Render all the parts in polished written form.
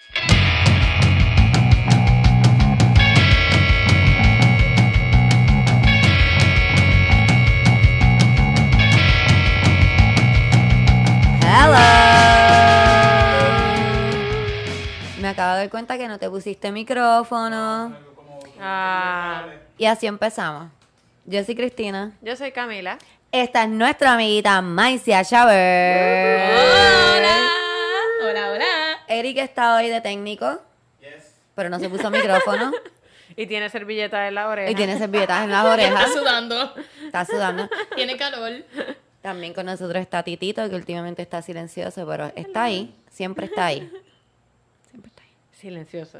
Me acabo de dar cuenta que no te pusiste micrófono. Y así empezamos. Yo soy Cristina. Yo soy Camila. Esta es nuestra amiguita Maicia Chávez. Hola. Hola, hola. Eric está hoy de técnico, pero no se puso micrófono. Y tiene servilletas en la oreja. Y tiene servilletas en las orejas. Está sudando. Está sudando. Tiene calor. También con nosotros está Titito, que últimamente está silencioso, pero está ahí. Siempre está ahí. Siempre está ahí. Silencioso.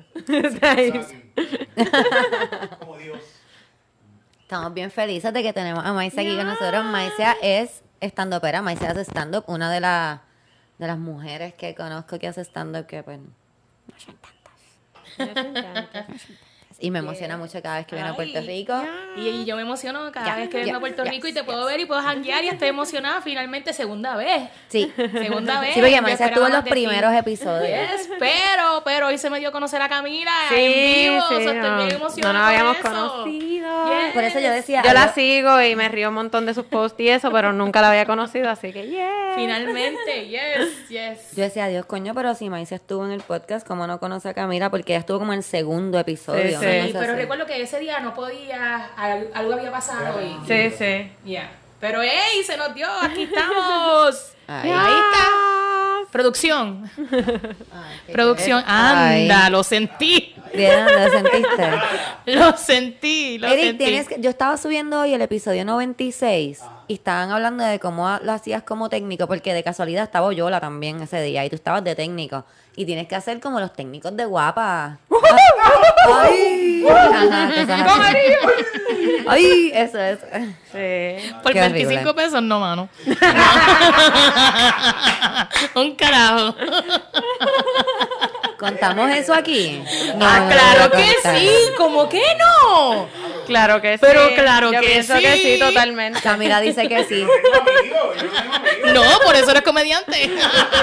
Como Dios. Estamos bien felices de que tenemos a Maicia aquí con nosotros. Maicia es stand-upera. Maicia hace stand-up. Una de las mujeres que conozco que hace stand-up que pues no son tantas. Y me emociona mucho cada vez que viene a Puerto Rico. Y yo me emociono cada Ya, vez que vengo ya, a Puerto Rico y te yes, puedo ver y puedo janguear y estoy emocionada finalmente segunda vez. Sí. Segunda vez. Sí, porque Yo Maicia esperaba estuvo en los más de ti. primeros episodios. Yes, pero hoy se me dio a conocer a Camila Sí, en vivo. sí, o sea, estoy no. bien No emocionada. nos habíamos por eso. conocido. Yes. Por eso yo decía... Yo la algo- sigo y me río un montón de sus posts y eso, pero nunca la había conocido, así que yeah. Finalmente, yes. Yo decía, Dios, coño, pero si Maicia estuvo en el podcast, ¿cómo no conoce a Camila? Porque ella estuvo como en el segundo episodio. Sí, ¿no? sí. Una Sí, cosa pero así. recuerdo que ese día no podía, algo había pasado y... Sí, sí. Yeah. Pero ¡ey! Se nos dio, aquí estamos. Ay. Ahí está. Producción. Ay, qué Producción. Ay. Anda, lo sentí. Bien, ¿lo sentiste? Lo sentí. Eric, yo estaba subiendo hoy el episodio 96 y estaban hablando de cómo lo hacías como técnico, porque de casualidad estaba Oyola también ese día y tú estabas de técnico. Y tienes que hacer como los técnicos de guapa. ¡Ay! Ajá, cosas así. ¡Ay! Eso es. Sí. Por Qué 25 horrible. pesos, no, mano. Un carajo. ¿Contamos eso aquí? No, Ah, no, claro no, que contar. sí. ¿Cómo que no? Claro que sí. Pero claro Yo que pienso que sí. sí, totalmente. Camila dice que sí. Yo no tengo amigos, yo no tengo amigos. No, por eso eres comediante.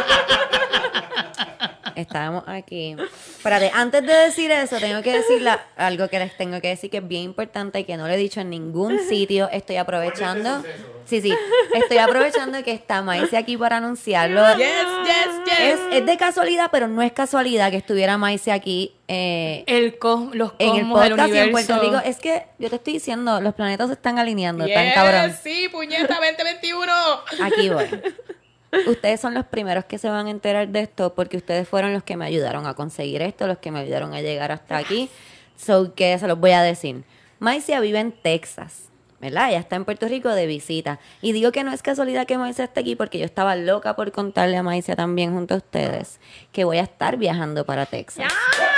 Estábamos aquí. Espérate, antes de decir eso, tengo que decirle algo que les tengo que decir que es bien importante y que no lo he dicho en ningún sitio. Estoy aprovechando. Sí, estoy aprovechando que está Maicia aquí para anunciarlo. Yes. Es de casualidad, pero no es casualidad que estuviera Maicia aquí Los en el cosmos del podcast y en universo. Puerto Rico. Es que yo te estoy diciendo, los planetas se están alineando, Yes, tan cabrón. sí, puñeta, 2021. Aquí voy. Ustedes son los primeros que se van a enterar de esto porque ustedes fueron los que me ayudaron a conseguir esto, los que me ayudaron a llegar hasta aquí. So que se los voy a decir. Maicia vive en Texas, ¿verdad? Ella está en Puerto Rico de visita. Y digo que no es casualidad que Maicia esté aquí porque yo estaba loca por contarle a Maicia también junto a ustedes que voy a estar viajando para Texas.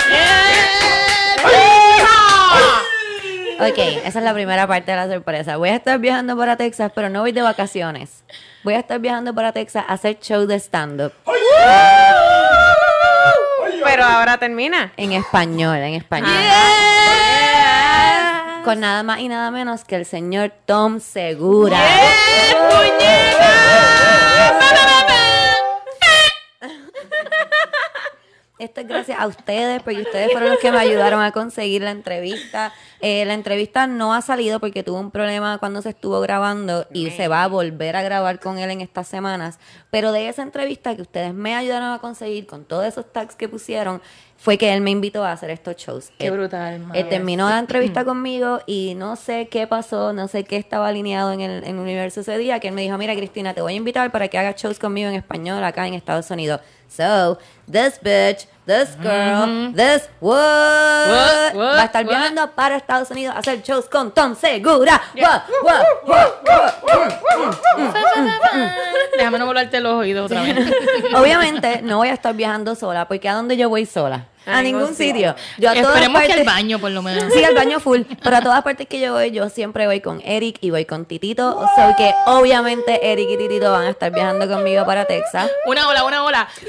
Ok, esa es la primera parte de la sorpresa. Voy a estar viajando para Texas, pero no voy de vacaciones. Voy a estar viajando para Texas a hacer show de stand-up. Pero ahora termina. En español, en español. Con nada más y nada menos que el señor Tom Segura. Esto es gracias a ustedes, porque ustedes fueron los que me ayudaron a conseguir la entrevista. La entrevista no ha salido porque tuvo un problema cuando se estuvo grabando y se va a volver a grabar con él en estas semanas. Pero de esa entrevista que ustedes me ayudaron a conseguir con todos esos tags que pusieron, fue que él me invitó a hacer estos shows. Qué brutal, man. Terminó la entrevista conmigo y no sé qué pasó, no sé qué estaba alineado en el universo ese día, que él me dijo, mira Cristina, te voy a invitar para que hagas shows conmigo en español acá en Estados Unidos. So, this bitch, this girl, this what, va a estar viajando para Estados Unidos a hacer shows con Tom Segura. Déjame no volarte los oídos otra vez. Obviamente no voy a estar viajando sola, porque ¿a dónde yo voy sola? A ningún sitio. Yo a todas Esperemos que partes- al baño, por lo menos. Sí, al baño full. Pero a todas partes que yo voy, yo siempre voy con Eric y voy con Titito. O sea que obviamente Eric y Titito van a estar viajando conmigo para Texas. Una ola. ¿Cómo hacer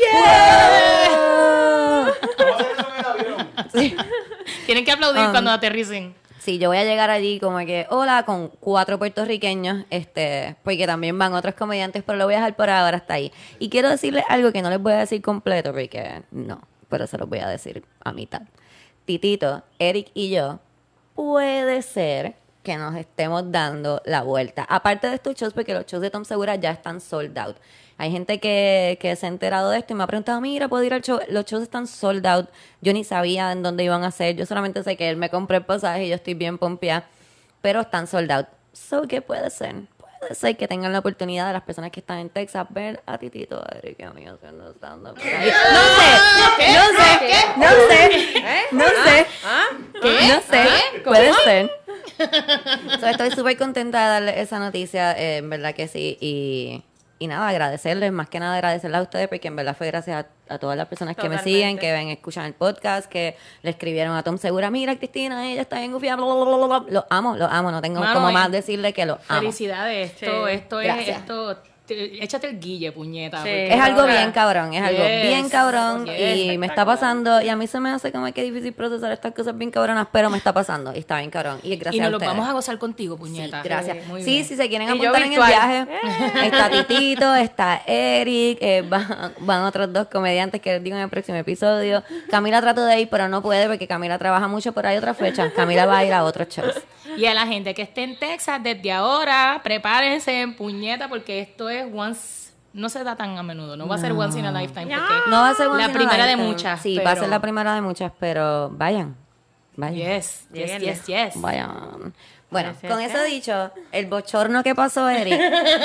eso en el avión? Sí. Tienen que aplaudir cuando aterricen. Sí, yo voy a llegar allí como que, hola, con 4 puertorriqueños, porque también van otros comediantes, pero lo voy a dejar por ahora hasta ahí. Y quiero decirles algo que no les voy a decir completo, porque no. pero se los voy a decir a mitad. Titito, Eric y yo, puede ser que nos estemos dando la vuelta. Aparte de estos shows, porque los shows de Tom Segura ya están sold out. Hay gente que se ha enterado de esto y me ha preguntado, mira, ¿puedo ir al show? Los shows están sold out. Yo ni sabía en dónde iban a ser. Yo solamente sé que él me compró el pasaje y yo estoy bien pompeada. Pero están sold out. So, ¿qué puede ser? Puede ser que tengan la oportunidad de las personas que están en Texas ver a Titito, a Eric y a mí haciendo stand-up. No sé. Puede ser. So, estoy súper contenta de darle esa noticia, en verdad que sí. Y nada, agradecerles, más que nada agradecerles a ustedes, porque en verdad fue gracias a todas las personas que me siguen, que ven, escuchan el podcast, que le escribieron a Tom Segura, mira Cristina, ella está bien gufiada, los amo, no tengo como más decirle que los amo. Felicidades, esto Gracias. Échate el guille, puñeta. Sí. Es algo bien cabrón, Yes. Y me está pasando, y a mí se me hace como que difícil procesar estas cosas bien cabronas, pero me está pasando, y está bien cabrón, y gracias Y a nos lo ustedes. vamos a gozar contigo, puñeta. Sí, gracias. Muy Sí, bien. si se quieren Y yo apuntar en el virtual. viaje, está Titito, está Eric, van otros 2 comediantes que les digo en el próximo episodio. Camila trató de ir, pero no puede porque Camila trabaja mucho, pero hay otra fecha. Camila va a ir a otros shows. Y a la gente que esté en Texas, desde ahora, prepárense en puñeta, porque esto es no se da tan a menudo, no va a ser once in a lifetime, porque No va a ser la una primera de lifetime. muchas. Sí, pero... va a ser la primera de muchas, pero vayan. Yes. Vayan. Bueno, Gracias. con eso dicho, el bochorno que pasó, Eric.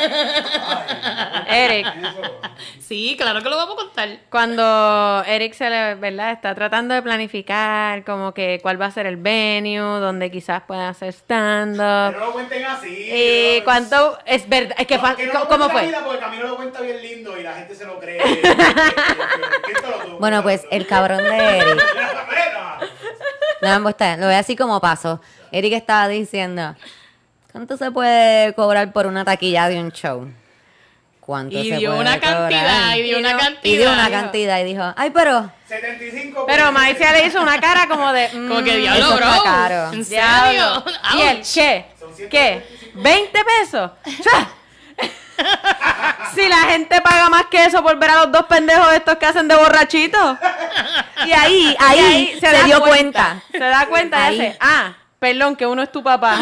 Eric, Sí, claro que lo vamos a contar. cuando Eric ¿verdad? Está tratando de planificar como que cuál va a ser el venue, donde quizás pueda hacer stand-up. Pero no lo cuenten así. ¿Y cuánto es verdad? Es que, Que no lo ¿cómo cuente fue? Camila, porque Camilo lo cuenta bien lindo y la gente se lo cree. Cuéntalo tú. Bueno, pues el cabrón de Eric. No, pues está, lo voy así como paso. Eric estaba diciendo, ¿cuánto se puede cobrar por una taquilla de un show? ¿Cuánto Y se dio puede una cantidad, cobrar? y dio una cantidad. Y dio una cantidad y dijo, ay, pero 75. Pero Maicia le hizo una cara como de... Como que diablo, eso bro. está caro. ¿En diablo. serio? ¿Y él Ouch. qué? ¿Qué? ¿20 pesos? ¡Chua! Si la gente paga más que eso por ver a los 2 pendejos estos que hacen de borrachitos. y ahí se da dio cuenta. Se da cuenta y Ahí. hace, perdón, que uno es tu papá.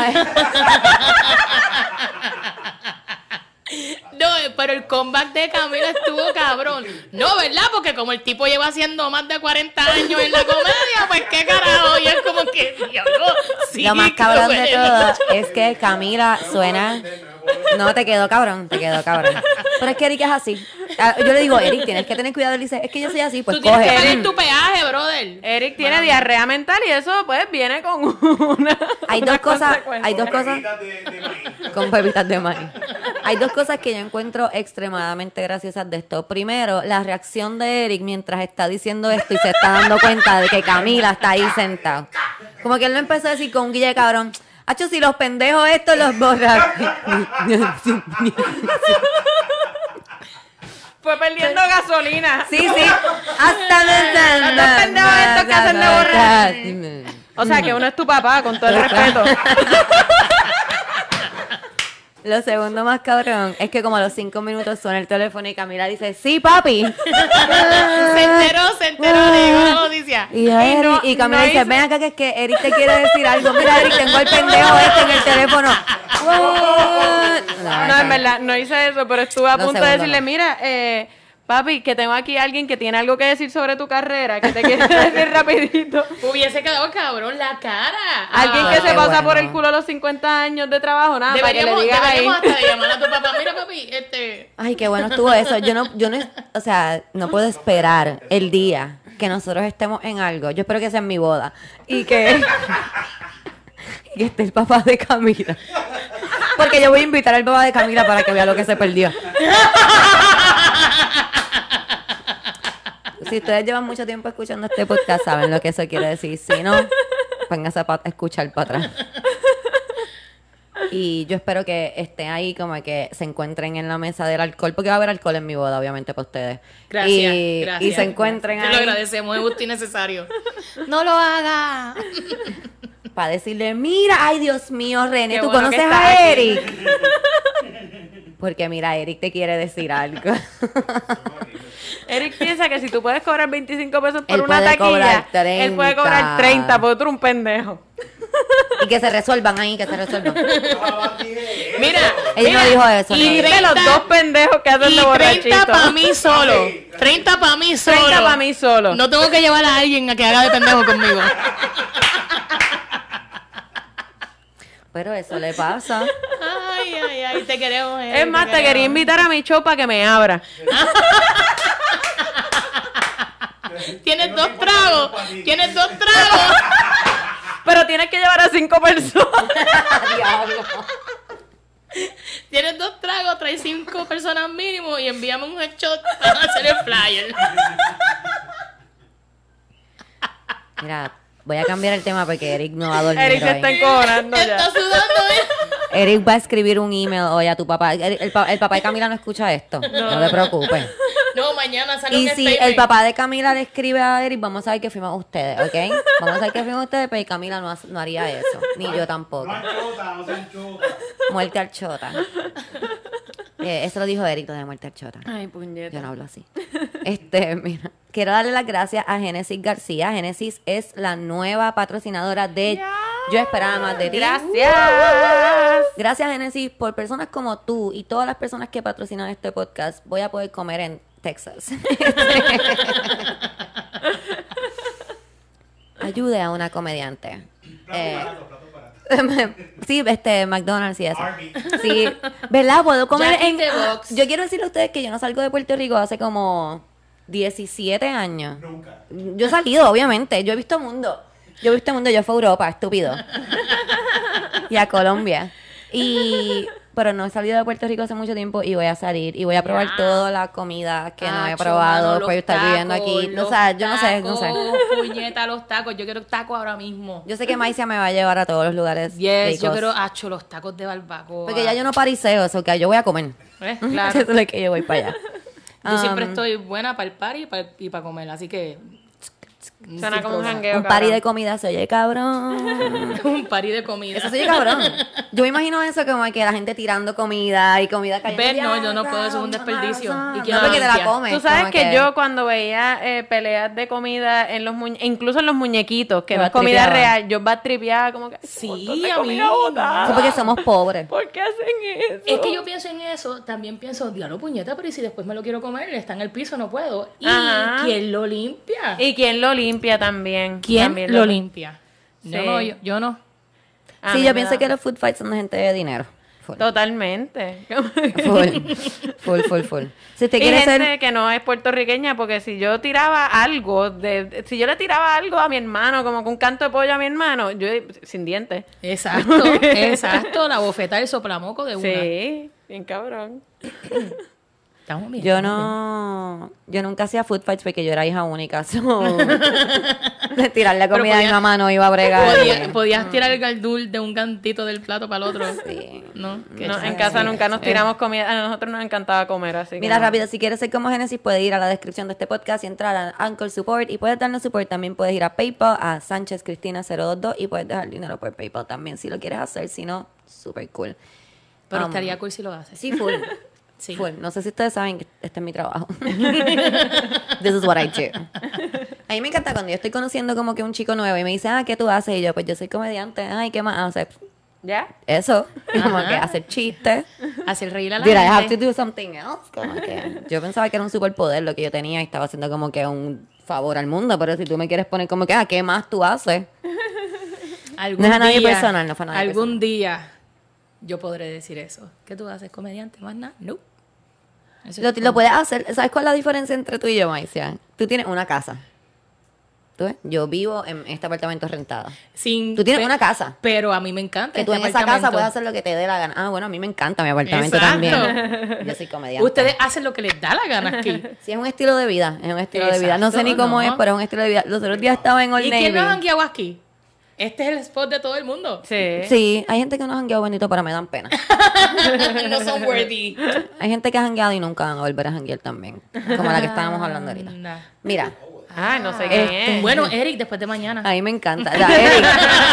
No, pero el comeback de Camila estuvo cabrón. No, ¿verdad? Porque como el tipo lleva haciendo más de 40 años en la comedia, pues qué carajo. Y es como que, diablo, sí, Lo más qué cabrón de bueno. todo es que Camila suena... No, te quedó cabrón. Pero es que Eric es así. Yo le digo, Eric, tienes que tener cuidado. Él dice, es que yo soy así, pues Tú tienes que coge. pagar tu peaje, brother. Eric tiene diarrea mental y eso pues viene con una Hay una dos cosas, consecuencia. hay dos cosas Pepitas de maíz. con pepitas de maíz. Hay 2 cosas que yo encuentro extremadamente graciosas de esto. Primero, la reacción de Eric mientras está diciendo esto y se está dando cuenta de que Camila está ahí sentada. Como que él lo empezó a decir con un guille de cabrón. Hacho, si los pendejos estos los borran. Fue perdiendo gasolina. Sí. Hasta Los pendejos estos que hacen de borrar. O sea, que uno es tu papá, con todo el respeto. Lo segundo más cabrón es que como a los 5 minutos suena el teléfono y Camila dice, sí, papi. Se enteró, le llegó la noticia. Y, Eric, y Camila no dice, hizo- ven acá que es que Eric te quiere decir algo. Mira, Eric, tengo el pendejo este en el teléfono. No, en verdad, no hice eso, pero estuve a Lo punto de segundo decirle, no. mira, papi, que tengo aquí a alguien que tiene algo que decir sobre tu carrera, que te quiere decir rapidito. Hubiese quedado cabrón la cara. Alguien Ah, que se qué pasa bueno. por el culo a los 50 años de trabajo, nada, para que le digas ahí. Deberíamos hasta de llamar a tu papá. Mira, papi, Ay, qué bueno estuvo eso. Yo no, o sea, no puedo esperar el día que nosotros estemos en algo. Yo espero que sea en mi boda. Y que esté el papá de Camila. Porque yo voy a invitar al papá de Camila para que vea lo que se perdió. Si ustedes llevan mucho tiempo escuchando este podcast, saben lo que eso quiere decir. Si no, pónganse a escuchar para atrás. Y yo espero que estén ahí como que se encuentren en la mesa del alcohol, porque va a haber alcohol en mi boda, obviamente, para ustedes. Gracias, y, gracias. y se encuentren Te lo ahí agradecemos, es justo y necesario. No lo haga. para decirle, mira, ay Dios mío, René, Qué ¿tú bueno que conoces estás a aquí". Eric? Porque mira, Eric te quiere decir algo. Eric piensa que si tú puedes cobrar 25 pesos por Él una puede taquilla, cobrar él puede cobrar 30 porque tú eres un pendejo. Y que se resuelvan ahí, que se resuelvan. Mira, Ella no dijo eso. Y no. de los dos pendejos que hacen y de 30 borrachito. para mí solo. 30 para mí solo. 30 para mí solo. No tengo que llevar a alguien a que haga de pendejo conmigo. Pero eso le pasa. Ay, te queremos. Es más, te quería invitar a mi show para que me abra. Tienes 2 tragos. Tienes 2 tragos. Pero tienes que llevar a 5 personas. Diablo. Tienes 2 tragos, trae 5 personas mínimo y envíame un headshot para hacer el flyer. Mira, voy a cambiar el tema porque Eric no va a dormir Eric se está hoy. encojonando Está ya. sudando, mira. Eric va a escribir un email hoy a tu papá. El papá de Camila no escucha esto. No te preocupes. No, mañana sale Y un si statement. el papá de Camila le escribe a Eric, vamos a ver que fuimos ustedes, ¿ok? Vamos a ver que fuimos ustedes, pero Camila no haría eso. Ni yo tampoco. No anchota, no se anchota. Muerte al chota. Eso lo dijo Eric, lo de muerte al chota. Ay, puñeta. Yo no hablo así. Mira, quiero darle las gracias a Génesis García. Génesis es la nueva patrocinadora de Yo Esperaba Más de Ti. Gracias. Gracias, Génesis, por personas como tú y todas las personas que patrocinan este podcast. Voy a poder comer en Texas. Ayude a una comediante. Plato barato. Sí, McDonald's y eso. Arby's. Sí, ¿verdad? Puedo comer Jack in en... the Box. Yo quiero decirle a ustedes que yo no salgo de Puerto Rico hace como 17 años. Nunca. Yo he salido, obviamente. Yo he visto mundo. Yo fui a Europa, estúpido. Y a Colombia. Pero no he salido de Puerto Rico hace mucho tiempo y voy a salir. Y voy a probar toda la comida que no he Acho, probado mano, por los estar viviendo tacos, aquí. No, los o sea, yo no sé. tacos, Puñeta, los tacos. Yo quiero tacos ahora mismo. Yo sé que Maicia me va a llevar a todos los lugares Yes, yo ricos. quiero, los tacos de barbacoa. Porque ya yo no pariseo, eso que yo voy a comer. Claro. Eso es que yo voy para allá. Yo siempre estoy buena para el party y para comer, así que... Suena como un jangueo. Un party cabrón. de comida se oye cabrón. Un party de comida. Eso se oye cabrón. Yo me imagino eso como que la gente tirando comida y comida cayendo. Ven, no, yo no puedo, eso es un desperdicio. Y Y quiero porque te la limpia. comes. Tú sabes como que yo cuando veía peleas de comida en los incluso en los muñequitos, que Te no es va comida tripeaba. real, yo va tripeada como que Sí, "Montón de a mí. comida botada". Eso porque somos pobres. ¿Por qué hacen eso? Es que yo pienso en eso, también pienso, diablo puñeta, pero ¿y si después me lo quiero comer? Está en el piso, no puedo. ¿Y Ajá. quién lo limpia? ¿Y quién lo limpia también? ¿Quién También lo limpia? Sí. Yo no. A Sí, mí yo me pienso da- que los food fights son de gente de dinero. Full. Totalmente. Full. Si te Y quieres gente ser... que no es puertorriqueña, porque si yo tiraba algo, si yo le tiraba algo a mi hermano, como que un canto de pollo a mi hermano, yo sin dientes. Exacto, la bofeta del soplamoco de una. Sí, bien cabrón. Estamos bien. Yo nunca hacía food fights porque yo era hija única. So, de tirarle Pero comida a mi podía- mamá no iba a bregar. Podías tirar el gardul de un cantito del plato para el otro. Sí. ¿No? Qué No, chaval. en casa sí, nunca nos sí. tiramos comida. A nosotros nos encantaba comer, así que Mira, no. rápido, si quieres ser como Genesis, puedes ir a la descripción de este podcast y entrar a Anchor Support y puedes darnos support. También puedes ir a PayPal, a Sánchez Cristina 022 y puedes dejar dinero por PayPal también si lo quieres hacer. Si no, súper cool. Pero estaría cool si lo haces. Sí, full. Sí. Full. No sé si ustedes saben que este es mi trabajo. This is what I do. A mí me encanta cuando yo estoy conociendo como que un chico nuevo y me dice, ¿qué tú haces? Y yo, pues yo soy comediante. Ay, ¿qué más haces? ¿Ya? Eso. Como Ajá. que hacer chistes. Hacer reír a la Did I have gente. to do something else? Como que yo pensaba que era un superpoder lo que yo tenía y estaba haciendo como que un favor al mundo, pero si tú me quieres poner como que, ¿qué más tú haces? Algún No es a nadie día- personal, no fue a nadie Algún día yo podré decir eso. ¿Qué tú haces, comediante? Más nada. No. Eso es Lo todo. puedes hacer. ¿Sabes cuál es la diferencia entre tú y yo, Maicia? Tú tienes una casa. ¿Tú ves? Yo vivo en este apartamento rentado. Sin Tú tienes pe- una casa. Pero a mí me encanta Que tú este en esa casa apartamento. puedes hacer lo que te dé la gana. Ah, bueno, a mí me encanta mi apartamento Exacto. también. Yo soy comediante. Ustedes hacen lo que les da la gana aquí. Sí, es un estilo de vida. Es un estilo de vida. No sé Exacto, ni cómo no. es, pero es un estilo de vida. Los otros días estaba en Old ¿Y quién no ha Navy. jangueado aquí? Este es el spot de todo el mundo. Sí. Sí, hay gente que no ha jangueado bonito, pero me dan pena. No son worthy. Hay gente que ha jangueado y nunca van a volver a janguear también. Como la que estábamos hablando ahorita. Nah. Mira, Ah, no sé quién es. Bueno, Eric, después de mañana. a mí me encanta. Ya, Eric,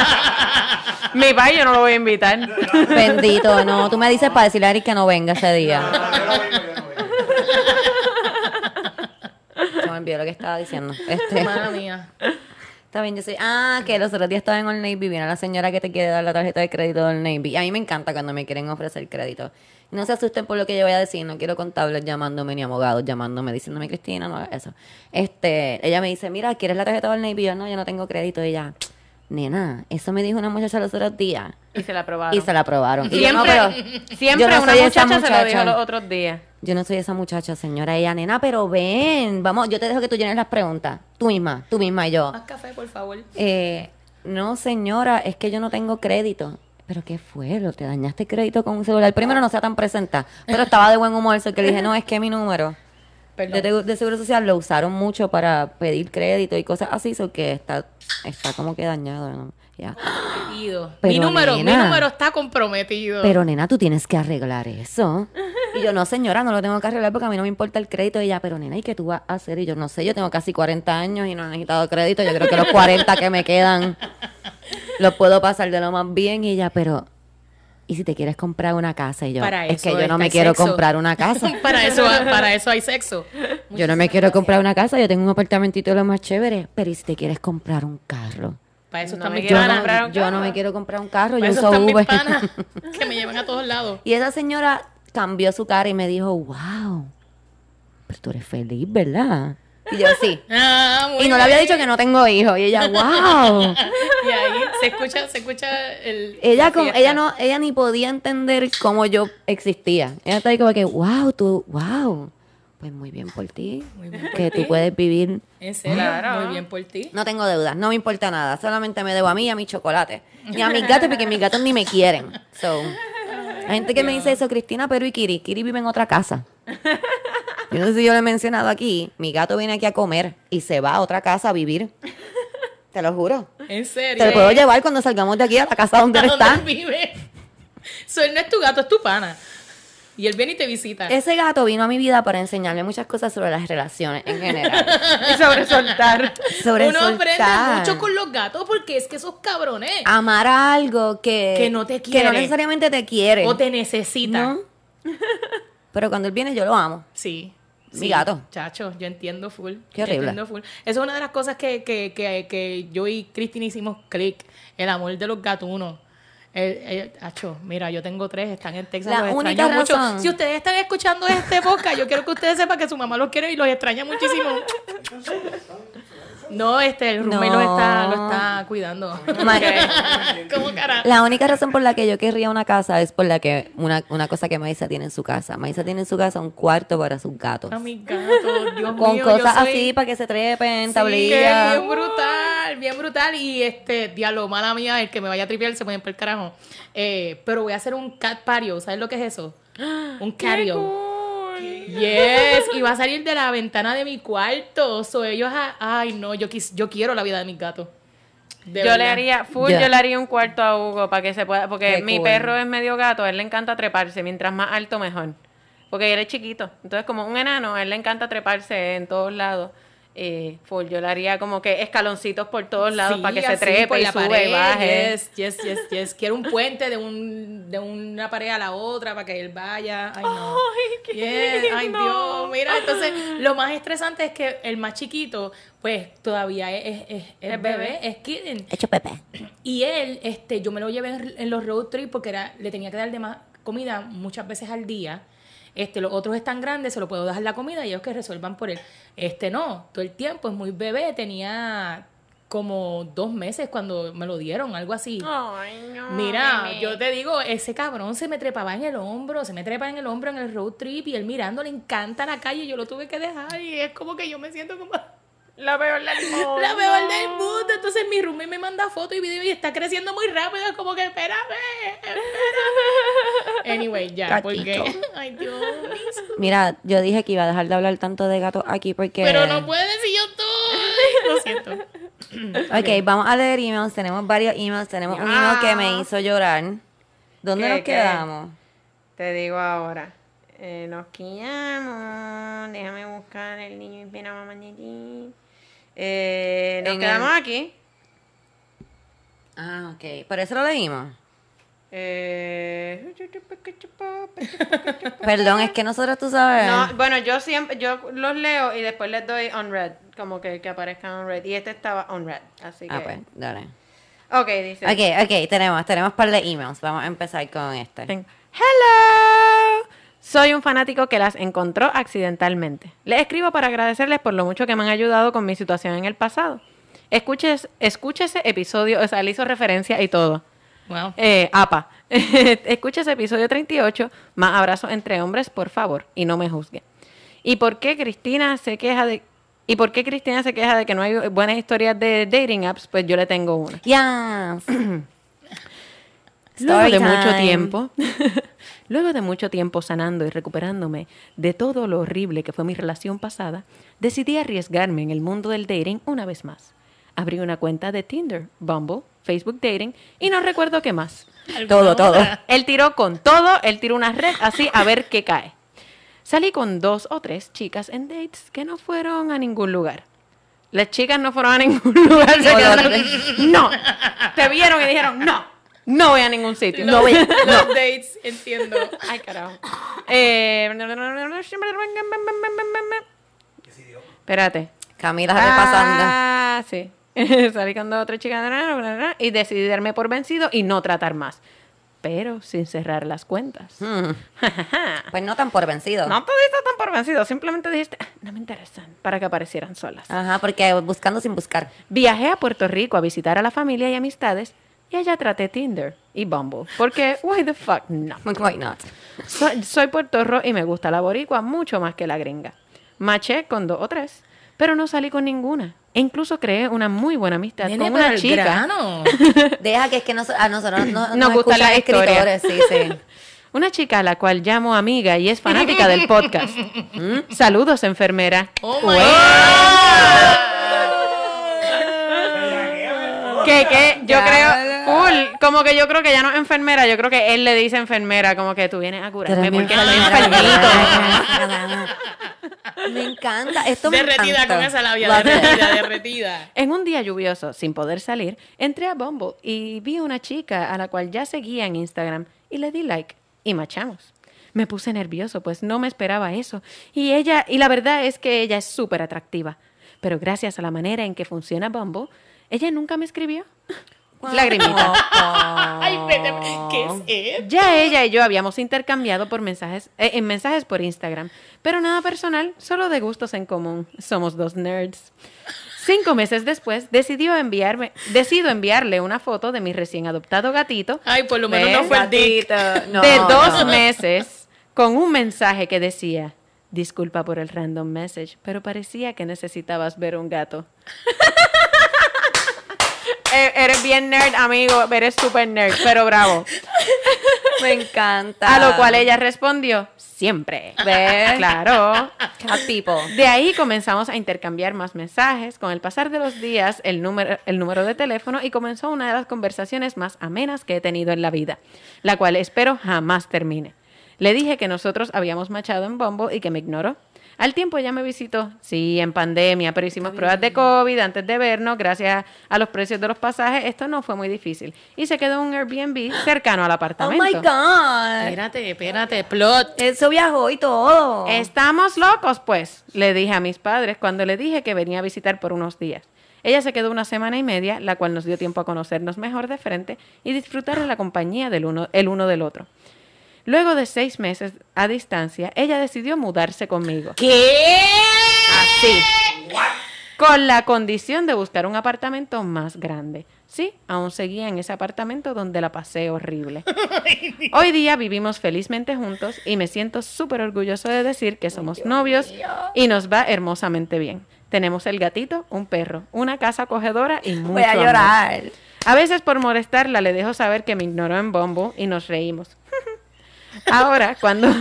Mi pai yo no lo voy a invitar. bendito, no. Tú me dices para decirle a Eric que no venga ese día. Yo no vengo. olvidé lo que estaba diciendo. Madre mía. Está bien, yo sé. Que los otros días estaba en Old Navy, viene la señora que te quiere dar la tarjeta de crédito del Navy. Y a mí me encanta cuando me quieren ofrecer crédito. No se asusten por lo que yo voy a decir, no quiero contables llamándome ni abogados llamándome, diciéndome, Cristina, no hagas eso. Ella me dice, mira, ¿quieres la tarjeta del Navy? Yo no tengo crédito. Y ella, nena, eso me dijo una muchacha los otros días. Y se la aprobaron. Y se la aprobaron. Y Siempre, yo, no, siempre yo no una soy esa muchacha se lo dijo muchacha. los otros días. Yo no soy esa muchacha, señora. Ella, nena, pero ven, vamos, yo te dejo que tú llenes las preguntas. Tú misma, y yo. Más café, por favor. No, señora, es que yo no tengo crédito. ¿Pero qué fue? ¿Te dañaste crédito con un celular? Primero, no sea tan presenta. Pero estaba de buen humor, so que le dije, no, es que mi número de Seguro Social lo usaron mucho para pedir crédito y cosas así, so que está como que dañado, ¿no? Ya. Comprometido. Pero, mi número nena, está comprometido. Pero, nena, tú tienes que arreglar eso. Y yo, no, señora, no lo tengo que arreglar porque a mí no me importa el crédito. Y ella, pero, nena, ¿y qué tú vas a hacer? Y yo, no sé, yo tengo casi 40 años y no he necesitado crédito. Yo creo que los 40 que me quedan los puedo pasar de lo más bien. Y ella, pero, ¿y si te quieres comprar una casa? Y yo, Para es que eso yo no está me el quiero sexo. comprar una casa. para eso hay sexo. Yo no me quiero comprar una casa, yo tengo un apartamentito de lo más chévere. Pero, ¿y si te quieres comprar un carro? Para eso No están me mis quiero panas. comprar un Yo carro. no me quiero comprar un carro, Para yo eso uso están mis Uber. panas. Que me llevan a todos lados. Y esa señora cambió su cara y me dijo, wow, pero tú eres feliz, ¿verdad? Y yo, sí. Muy Y no le había bien. dicho que no tengo hijos. Y ella, wow. Y ahí se escucha el... Ella, la fiesta. ella ni podía entender cómo yo existía. Ella estaba ahí como que, wow. Pues muy bien por ti. Muy bien por Que ti. tú puedes vivir. En serio, Claro. muy bien por ti. No tengo deudas, no me importa nada. Solamente me debo a mí y a mi chocolate. Y a mis gatos, porque mis gatos ni me quieren. So, hay gente que me dice eso, Cristina, pero ¿y Kiri? Kiri vive en otra casa. Yo no sé si yo le he mencionado aquí. Mi gato viene aquí a comer y se va a otra casa a vivir. Te lo juro. En serio. Te lo puedo llevar cuando salgamos de aquí a la casa donde él ¿A dónde está. él vive? So, él no es tu gato, es tu pana. Y él viene y te visita. Ese gato vino a mi vida para enseñarme muchas cosas sobre las relaciones en general. Y sobre soltar. Sobre Uno aprende soltar. mucho con los gatos porque es que esos cabrones Amar a algo que no te que quiere. no necesariamente te quiere. o te necesitan. ¿No? Pero cuando él viene yo lo amo. Sí. Mi gato. Chacho, yo entiendo full. Qué Yo horrible. entiendo full. Eso es una de las cosas que yo y Cristina hicimos click. El amor de los gatunos. Acho, mira, yo tengo 3, están en Texas, La los única extraño mucho. razón. Si ustedes están escuchando este podcast, yo quiero que ustedes sepan que su mamá los quiere y los extraña muchísimo. No, el roommate No. lo está cuidando. Ma- ¿Cómo cara? La única razón por la que yo querría una casa es por la que una cosa que Maisa tiene en su casa. Maisa tiene en su casa un cuarto para sus gatos. A mis gatos, Dios Con mío, cosas yo soy- así para que se trepen, Sí, tablillas. bien brutal, bien brutal. Y diablo, mala mía, el que me vaya a tripear se puede ir por el carajo. Pero voy a hacer un cat patio, ¿sabes lo que es eso? Un catio. Yes, y va a salir de la ventana de mi cuarto. So, ellos, ay no, yo quiero la vida de mis gatos. De Yo verdad. le haría, Ya. yo le haría un cuarto a Hugo para que se pueda, porque Qué mi cool. perro es medio gato, a él le encanta treparse, mientras más alto mejor, porque él es chiquito, entonces como un enano, a él le encanta treparse en todos lados. Full, yo le haría como que escaloncitos por todos lados Sí, para que se así, trepe por y la sube pared, y baje. Yes. Quiero un puente de una pared a la otra para que él vaya. Ay, no. Ay, qué Yes, ay, lindo. Dios. Mira, entonces, lo más estresante es que el más chiquito, pues, todavía es bebé, es kitten. Hecho Pepe. Y él, yo me lo llevé en los road trips porque le tenía que dar de más comida muchas veces al día. Los otros están grandes, se lo puedo dejar la comida y ellos que resuelvan por él. No, todo el tiempo es muy bebé, tenía como 2 meses cuando me lo dieron, algo así. Ay, no, Mira, nene. yo te digo, ese cabrón se me trepaba en el hombro, en el road trip y él mirando, le encanta la calle, yo lo tuve que dejar y es como que yo me siento como... La peor del mundo. La peor del mundo. Entonces mi roommate me manda fotos y videos y está creciendo muy rápido. Es como que espérame. Anyway, ya, Gatito. porque. Ay, Dios mío. Mira, yo dije que iba a dejar de hablar tanto de gatos aquí porque... Pero no puedes si yo estoy. Lo siento. Ok, vamos a leer emails. Tenemos varios emails. Tenemos un email que me hizo llorar. ¿Dónde ¿Qué, nos qué? quedamos? Te digo ahora. Nos quedamos. Déjame buscar el niño y pena mamá. Nos En quedamos aquí. Ah, ok. ¿Por eso lo leímos? Perdón, es que nosotros, tú sabes. No, bueno, yo los leo y después les doy on red, como que aparezcan on red. Y este estaba on red, así que... Pues, dale. Ok, dice. Ok, tenemos un par de emails. Vamos a empezar con este. Hello. Soy un fanático que las encontró accidentalmente. Les escribo para agradecerles por lo mucho que me han ayudado con mi situación en el pasado. Escuche ese episodio, o sea, le hizo referencia y todo. Wow. APA. Escucha ese episodio 38. Más abrazos entre hombres, por favor, y no me juzgue. ¿Y por qué Cristina se queja de que no hay buenas historias de dating apps? Pues yo le tengo una. Yes. Luego Story de mucho time. tiempo, luego de mucho tiempo sanando y recuperándome de todo lo horrible que fue mi relación pasada, decidí arriesgarme en el mundo del dating una vez más. Abrí una cuenta de Tinder, Bumble, Facebook Dating y no recuerdo qué más. Todo. Él tiró con todo, él tiró una red así a ver qué cae. Salí con 2 o 3 chicas en dates que no fueron a ningún lugar. Las chicas no fueron a ningún lugar. Se quedaron, no. Te vieron y dijeron, no voy a ningún sitio. Los dates, entiendo. Ay, carajo. Espérate. Camila repasando. Ah, sí. Salí con 2 o 3 chicas y decidí darme por vencido y no tratar más. Pero sin cerrar las cuentas. Pues no tan por vencido. No te diste tan por vencido, simplemente dijiste, no me interesan, para que aparecieran solas. Ajá, porque buscando sin buscar. Viajé a Puerto Rico a visitar a la familia y amistades y allá traté Tinder y Bumble. Porque, why the fuck, no. Why not? Soy puertorro y me gusta la boricua mucho más que la gringa. Maché con 2 o 3, pero no salí con ninguna. E incluso creé una muy buena amistad Nene, con pero una el chica. grano. Deja que es que a nosotros Nos nos gustan las escuchan historias. escritores, sí. Una chica a la cual llamo amiga y es fanática del podcast. Saludos, enfermera. Oh my Que yo creo, como que yo creo que ya no es enfermera, yo creo que él le dice enfermera, como que tú vienes a curarme porque estoy enfermito. Me encanta. Esto me Derretida encanta. con esa labia, Love it. derretida. En un día lluvioso, sin poder salir, entré a Bumble y vi una chica a la cual ya seguía en Instagram y le di like y machamos. Me puse nervioso, pues no me esperaba eso. Y la verdad es que ella es súper atractiva. Pero gracias a la manera en que funciona Bumble, ella nunca me escribió. Lagrimita. Ay, vete, ¿qué es esto? Ya ella y yo habíamos intercambiado en mensajes por Instagram, pero nada personal, solo de gustos en común. Somos 2 nerds. 5 meses después, decido enviarle una foto de mi recién adoptado gatito. Ay, por lo menos no fue el dick. De 2 meses, con un mensaje que decía: disculpa por el random message, pero parecía que necesitabas ver un gato. Eres bien nerd, amigo. Eres súper nerd, pero bravo. Me encanta. A lo cual ella respondió: siempre. ¿Ves? Claro. Cat people. De ahí comenzamos a intercambiar más mensajes. Con el pasar de los días, el número de teléfono, y comenzó una de las conversaciones más amenas que he tenido en la vida, la cual espero jamás termine. Le dije que nosotros habíamos machado en Bumble y que me ignoró. Al tiempo ella me visitó, sí, en pandemia, pero hicimos pruebas de COVID antes de vernos. Gracias a los precios de los pasajes, esto no fue muy difícil. Y se quedó en un Airbnb cercano al Oh apartamento. my God. Espérate, plot. Eso viajó y todo. Estamos locos, pues, le dije a mis padres cuando le dije que venía a visitar por unos días. Ella se quedó 1 semana y media, la cual nos dio tiempo a conocernos mejor de frente y disfrutar de la compañía el uno del otro. Luego de 6 meses a distancia, ella decidió mudarse conmigo. ¿Qué? Así. Con la condición de buscar un apartamento más grande. Sí, aún seguía en ese apartamento donde la pasé horrible. Hoy día vivimos felizmente juntos y me siento súper orgulloso de decir que somos novios y nos va hermosamente bien. Tenemos el gatito, un perro, una casa acogedora y mucho Voy a amor. llorar. A veces por molestarla le dejo saber que me ignoró en Bumble y nos reímos. Ahora,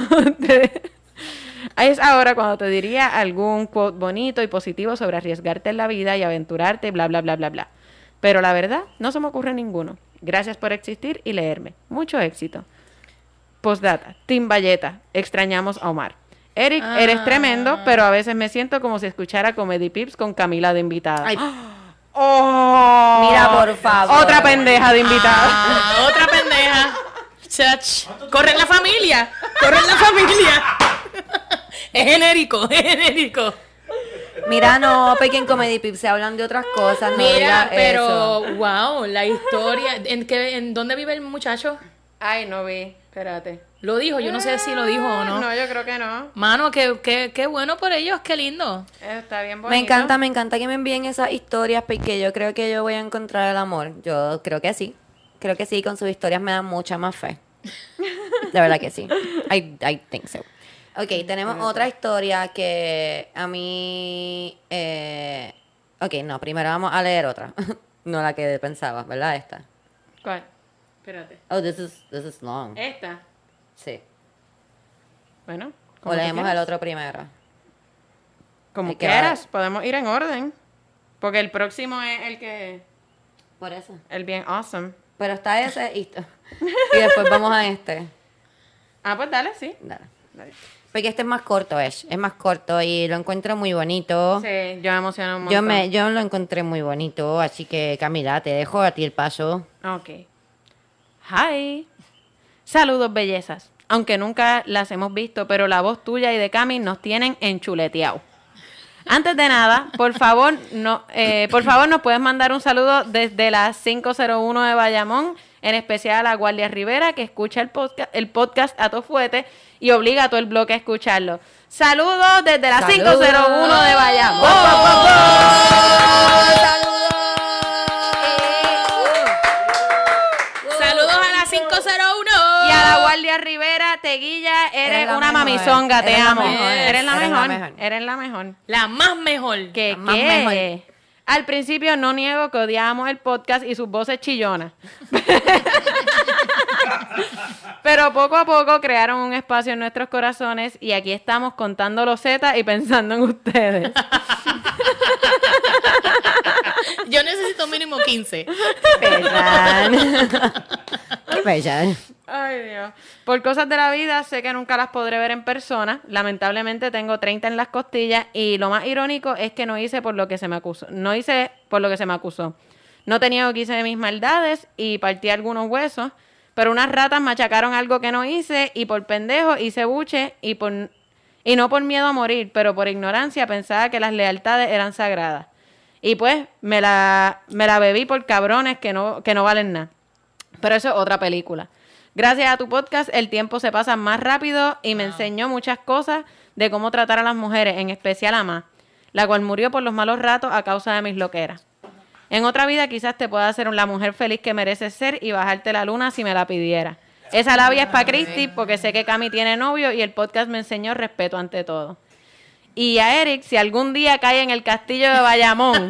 es ahora cuando te diría algún quote bonito y positivo sobre arriesgarte en la vida y aventurarte, bla, bla, bla, bla, bla. Pero la verdad, no se me ocurre ninguno. Gracias por existir y leerme. Mucho éxito. Postdata. Team Valleta. Extrañamos a Omar. Eric, eres tremendo, pero a veces me siento como si escuchara Comedy Pips con Camila de invitada. Ay. ¡Oh! Mira, por favor. Otra pendeja de invitada. Otra pendeja. sea, corre en la familia. Corre en la familia. Es genérico. Mira, no, Pekin Comedy Pip, se hablan de otras cosas. No Mira, digas pero, eso. wow, la historia. ¿En dónde vive el muchacho? Ay, no vi. Espérate. Lo dijo, yo no sé si lo dijo o no. No, yo creo que no. Mano, qué bueno por ellos, qué lindo. Está bien bonito. Me encanta que me envíen esas historias porque yo creo que yo voy a encontrar el amor. Yo creo que sí. Creo que sí, con sus historias me dan mucha más fe. De verdad que sí. I think so. Ok, tenemos otra historia que a mí... Ok, no, primero vamos a leer otra. No la que pensaba, ¿verdad? Esta. ¿Cuál? Espérate. Oh, this is long. Esta. Sí. Bueno. O leemos el otro primero. Como el que quieras. Podemos ir en orden. Porque el próximo es el que... Por eso. El bien awesome. Pero está ese y después vamos a este. Ah, pues dale, sí. Dale. Dale. Porque este es más corto, es más corto y lo encuentro muy bonito. Sí, yo me emociono un montón. Yo lo encontré muy bonito, así que Camila, te dejo a ti el paso. Ok. Hi. Saludos, bellezas. Aunque nunca las hemos visto, pero la voz tuya y de Cami nos tienen enchuleteado. Antes de nada, por favor, nos puedes mandar un saludo desde la 501 de Bayamón, en especial a la Guardia Rivera, que escucha el podcast a todo fuete y obliga a todo el bloque a escucharlo. Saludos desde la 501 de Bayamón. Saludos a la 501. Y a la Guardia Rivera, Teguilla, eres la una mejor. mamizonga, te Eres la amo. mejor. Eres la Eres la mejor. mejor. Eres la mejor. La más mejor. ¿Qué? Más mejor. Al principio no niego que odiábamos el podcast y sus voces chillonas. Pero poco a poco crearon un espacio en nuestros corazones y aquí estamos contando los zetas y pensando en ustedes. Yo necesito mínimo 15. Pesan. Qué pesan. Ay, Dios. Por cosas de la vida, sé que nunca las podré ver en persona. Lamentablemente tengo 30 en las costillas y lo más irónico es que no hice por lo que se me acusó. No hice por lo que se me acusó. No tenía que hice mis maldades y partí algunos huesos, pero unas ratas machacaron algo que no hice y por pendejo hice buche y no por miedo a morir, pero por ignorancia pensaba que las lealtades eran sagradas. Y pues me la bebí por cabrones que no valen nada. Pero eso es otra película. Gracias a tu podcast, el tiempo se pasa más rápido y me enseñó muchas cosas de cómo tratar a las mujeres, en especial a Ma, la cual murió por los malos ratos a causa de mis loqueras. En otra vida quizás te pueda hacer la mujer feliz que mereces ser y bajarte la luna si me la pidiera. Esa labia es para Cristi porque sé que Cami tiene novio y el podcast me enseñó respeto ante todo. Y a Eric, si algún día cae en el castillo de Bayamón,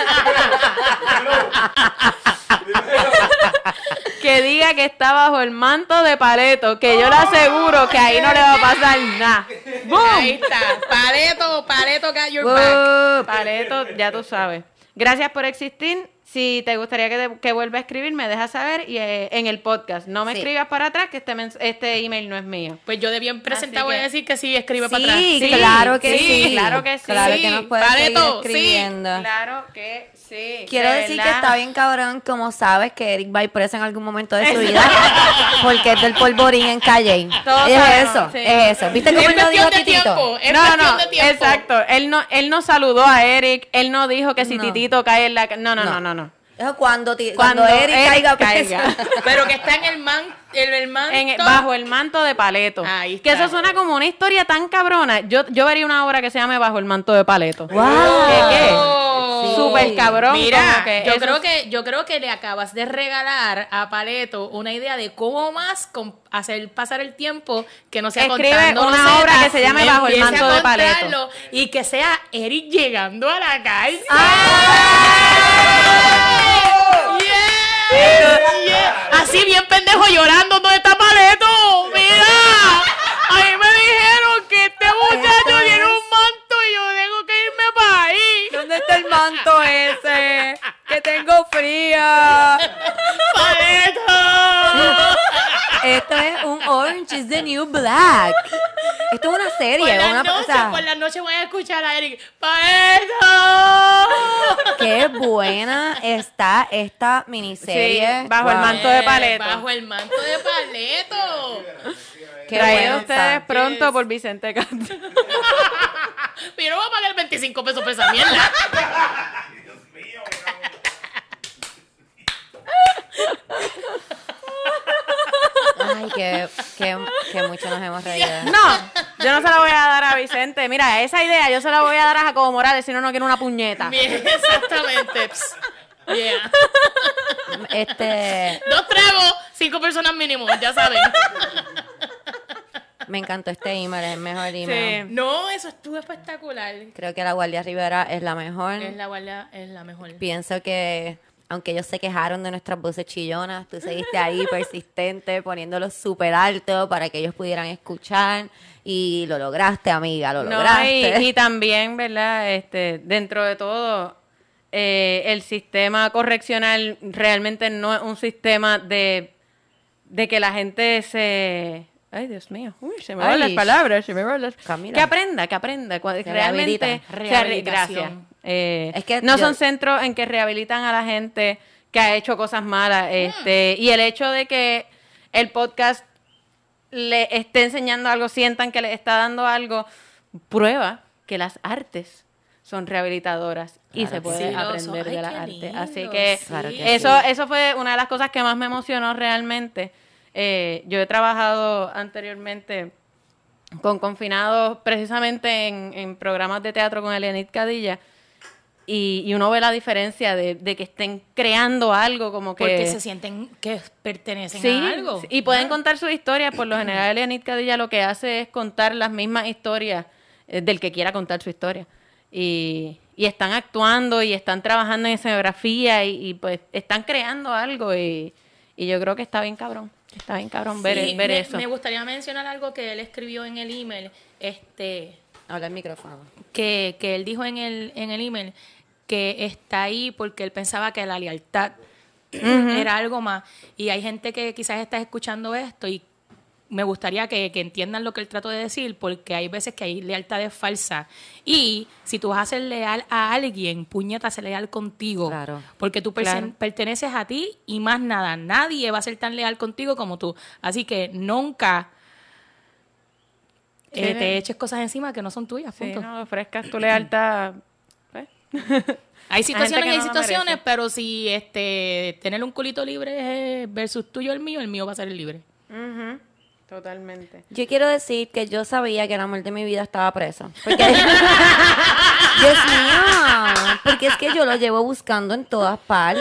que diga que está bajo el manto de Paleto, que yo le aseguro que ahí no le va a pasar nada. Ahí está. Paleto, got your back. Paleto, ya tú sabes. Gracias por existir. Si te gustaría que vuelva a escribir, me dejas saber y en el podcast. No me Sí. escribas para atrás, que este email no es mío. Pues yo de bien presentado Así voy a que- decir que sí, escribe para Sí, atrás. Sí, claro que sí, sí. claro que sí. Claro que nos puedes Paleto, seguir sí. escribiendo. Claro que sí. Quiero de decir que verdad. está bien cabrón, como sabes que Eric va a ir preso en algún momento de su vida, porque es del polvorín en Calle. Todos Es sabemos, eso, sí. es eso. ¿Viste cómo Es él no dijo cuestión de Titito? tiempo. Es No, cuestión de tiempo. exacto. Él no saludó a Eric, él no dijo que si No. Titito cae en la... No. Eso cuando Cuando Eric caiga caiga. preso. Pero que está en el manto. Bajo el manto de Paleto. Ahí Que está. eso suena como una historia tan cabrona. Yo vería una obra que se llame Bajo el manto de Paleto. ¡Wow! ¿Qué? Sí. Súper cabrón. Mira, como que yo eso creo que le acabas de regalar a Paleto una idea de cómo más hacer pasar el tiempo que no sea Escribe contando una losetas, obra que se llame Bajo el empiece manto a de Paleto. contarlo y que sea Eric llegando a la cárcel. Yeah. Así bien pendejo llorando, ¿dónde está Paleto? Mira, a mí me dijeron que este muchacho tiene un manto y yo tengo que irme para ahí. ¿Dónde está el manto ese? Que tengo fría. ¡Paleto! Esto es un Orange is the New Black. Esto es una serie. Por la noche voy a escuchar a Eric. ¡Paeto! Qué buena está esta miniserie. Sí, bajo el manto de Paleto. Bajo el manto de Paleto. Qué Traído bueno a ustedes está. pronto por Vicente Castro. Pero no voy a pagar 25 pesos por esa mierda. Dios mío, Ay, que mucho nos hemos reído. No, yo no se la voy a dar a Vicente. Mira, esa idea yo se la voy a dar a Jacobo Morales, si no, no quiero una puñeta. Bien, exactamente. Psst. Yeah. 2 tragos, 5 personas mínimo, ya saben. Me encantó este email, es el mejor email. Sí. No, eso estuvo espectacular. Creo que la Guardia Rivera es la mejor. Es la mejor. Pienso que, aunque ellos se quejaron de nuestras voces chillonas, tú seguiste ahí persistente, poniéndolo súper alto para que ellos pudieran escuchar. Y lo lograste, amiga, lo lograste. Y también, ¿verdad? Dentro de todo, el sistema correccional realmente no es un sistema de que la gente se... Ay, Dios mío. Uy, se me van las palabras, Camila. Que aprenda. Realmente Rehabilitación. Gracias. Es que no yo- son centros en que rehabilitan a la gente que ha hecho cosas malas. Y el hecho de que el podcast le esté enseñando algo, sientan que le está dando algo, prueba que las artes son rehabilitadoras y Claro se que puede sí. aprender Ay, de las qué artes. lindo, Así que, sí. Claro que eso fue una de las cosas que más me emocionó realmente. Yo he trabajado anteriormente con confinados precisamente en programas de teatro con Elianit Cadilla y uno ve la diferencia de que estén creando algo como que... Porque se sienten que pertenecen Sí, a algo. y pueden contar su historia. Por lo general, Elianit Cadilla lo que hace es contar las mismas historias del que quiera contar su historia. Y están actuando y están trabajando en escenografía y pues están creando algo y yo creo que está bien cabrón. Está bien cabrón ver Sí, eso. Me gustaría mencionar algo que él escribió en el email, Habla el micrófono. que él dijo en el email que está ahí porque él pensaba que la lealtad era algo más. Y hay gente que quizás está escuchando esto y me gustaría que entiendan lo que él trató de decir, porque hay veces que hay lealtades falsas. Y si tú vas a ser leal a alguien, puñeta, sé leal contigo. Claro. Porque tú Claro. perteneces a ti y más nada. Nadie va a ser tan leal contigo como tú. Así que nunca Sí. te eches cosas encima que no son tuyas. Sí, Punto. no ofrezcas tu lealtad. Pues. Hay situaciones que y hay no la situaciones, merece. pero si tener un culito libre es versus tuyo el mío va a ser el libre. Ujú, totalmente. Yo quiero decir que yo sabía que el amor de mi vida estaba preso. Porque, Dios mío, porque es que yo lo llevo buscando en todas partes.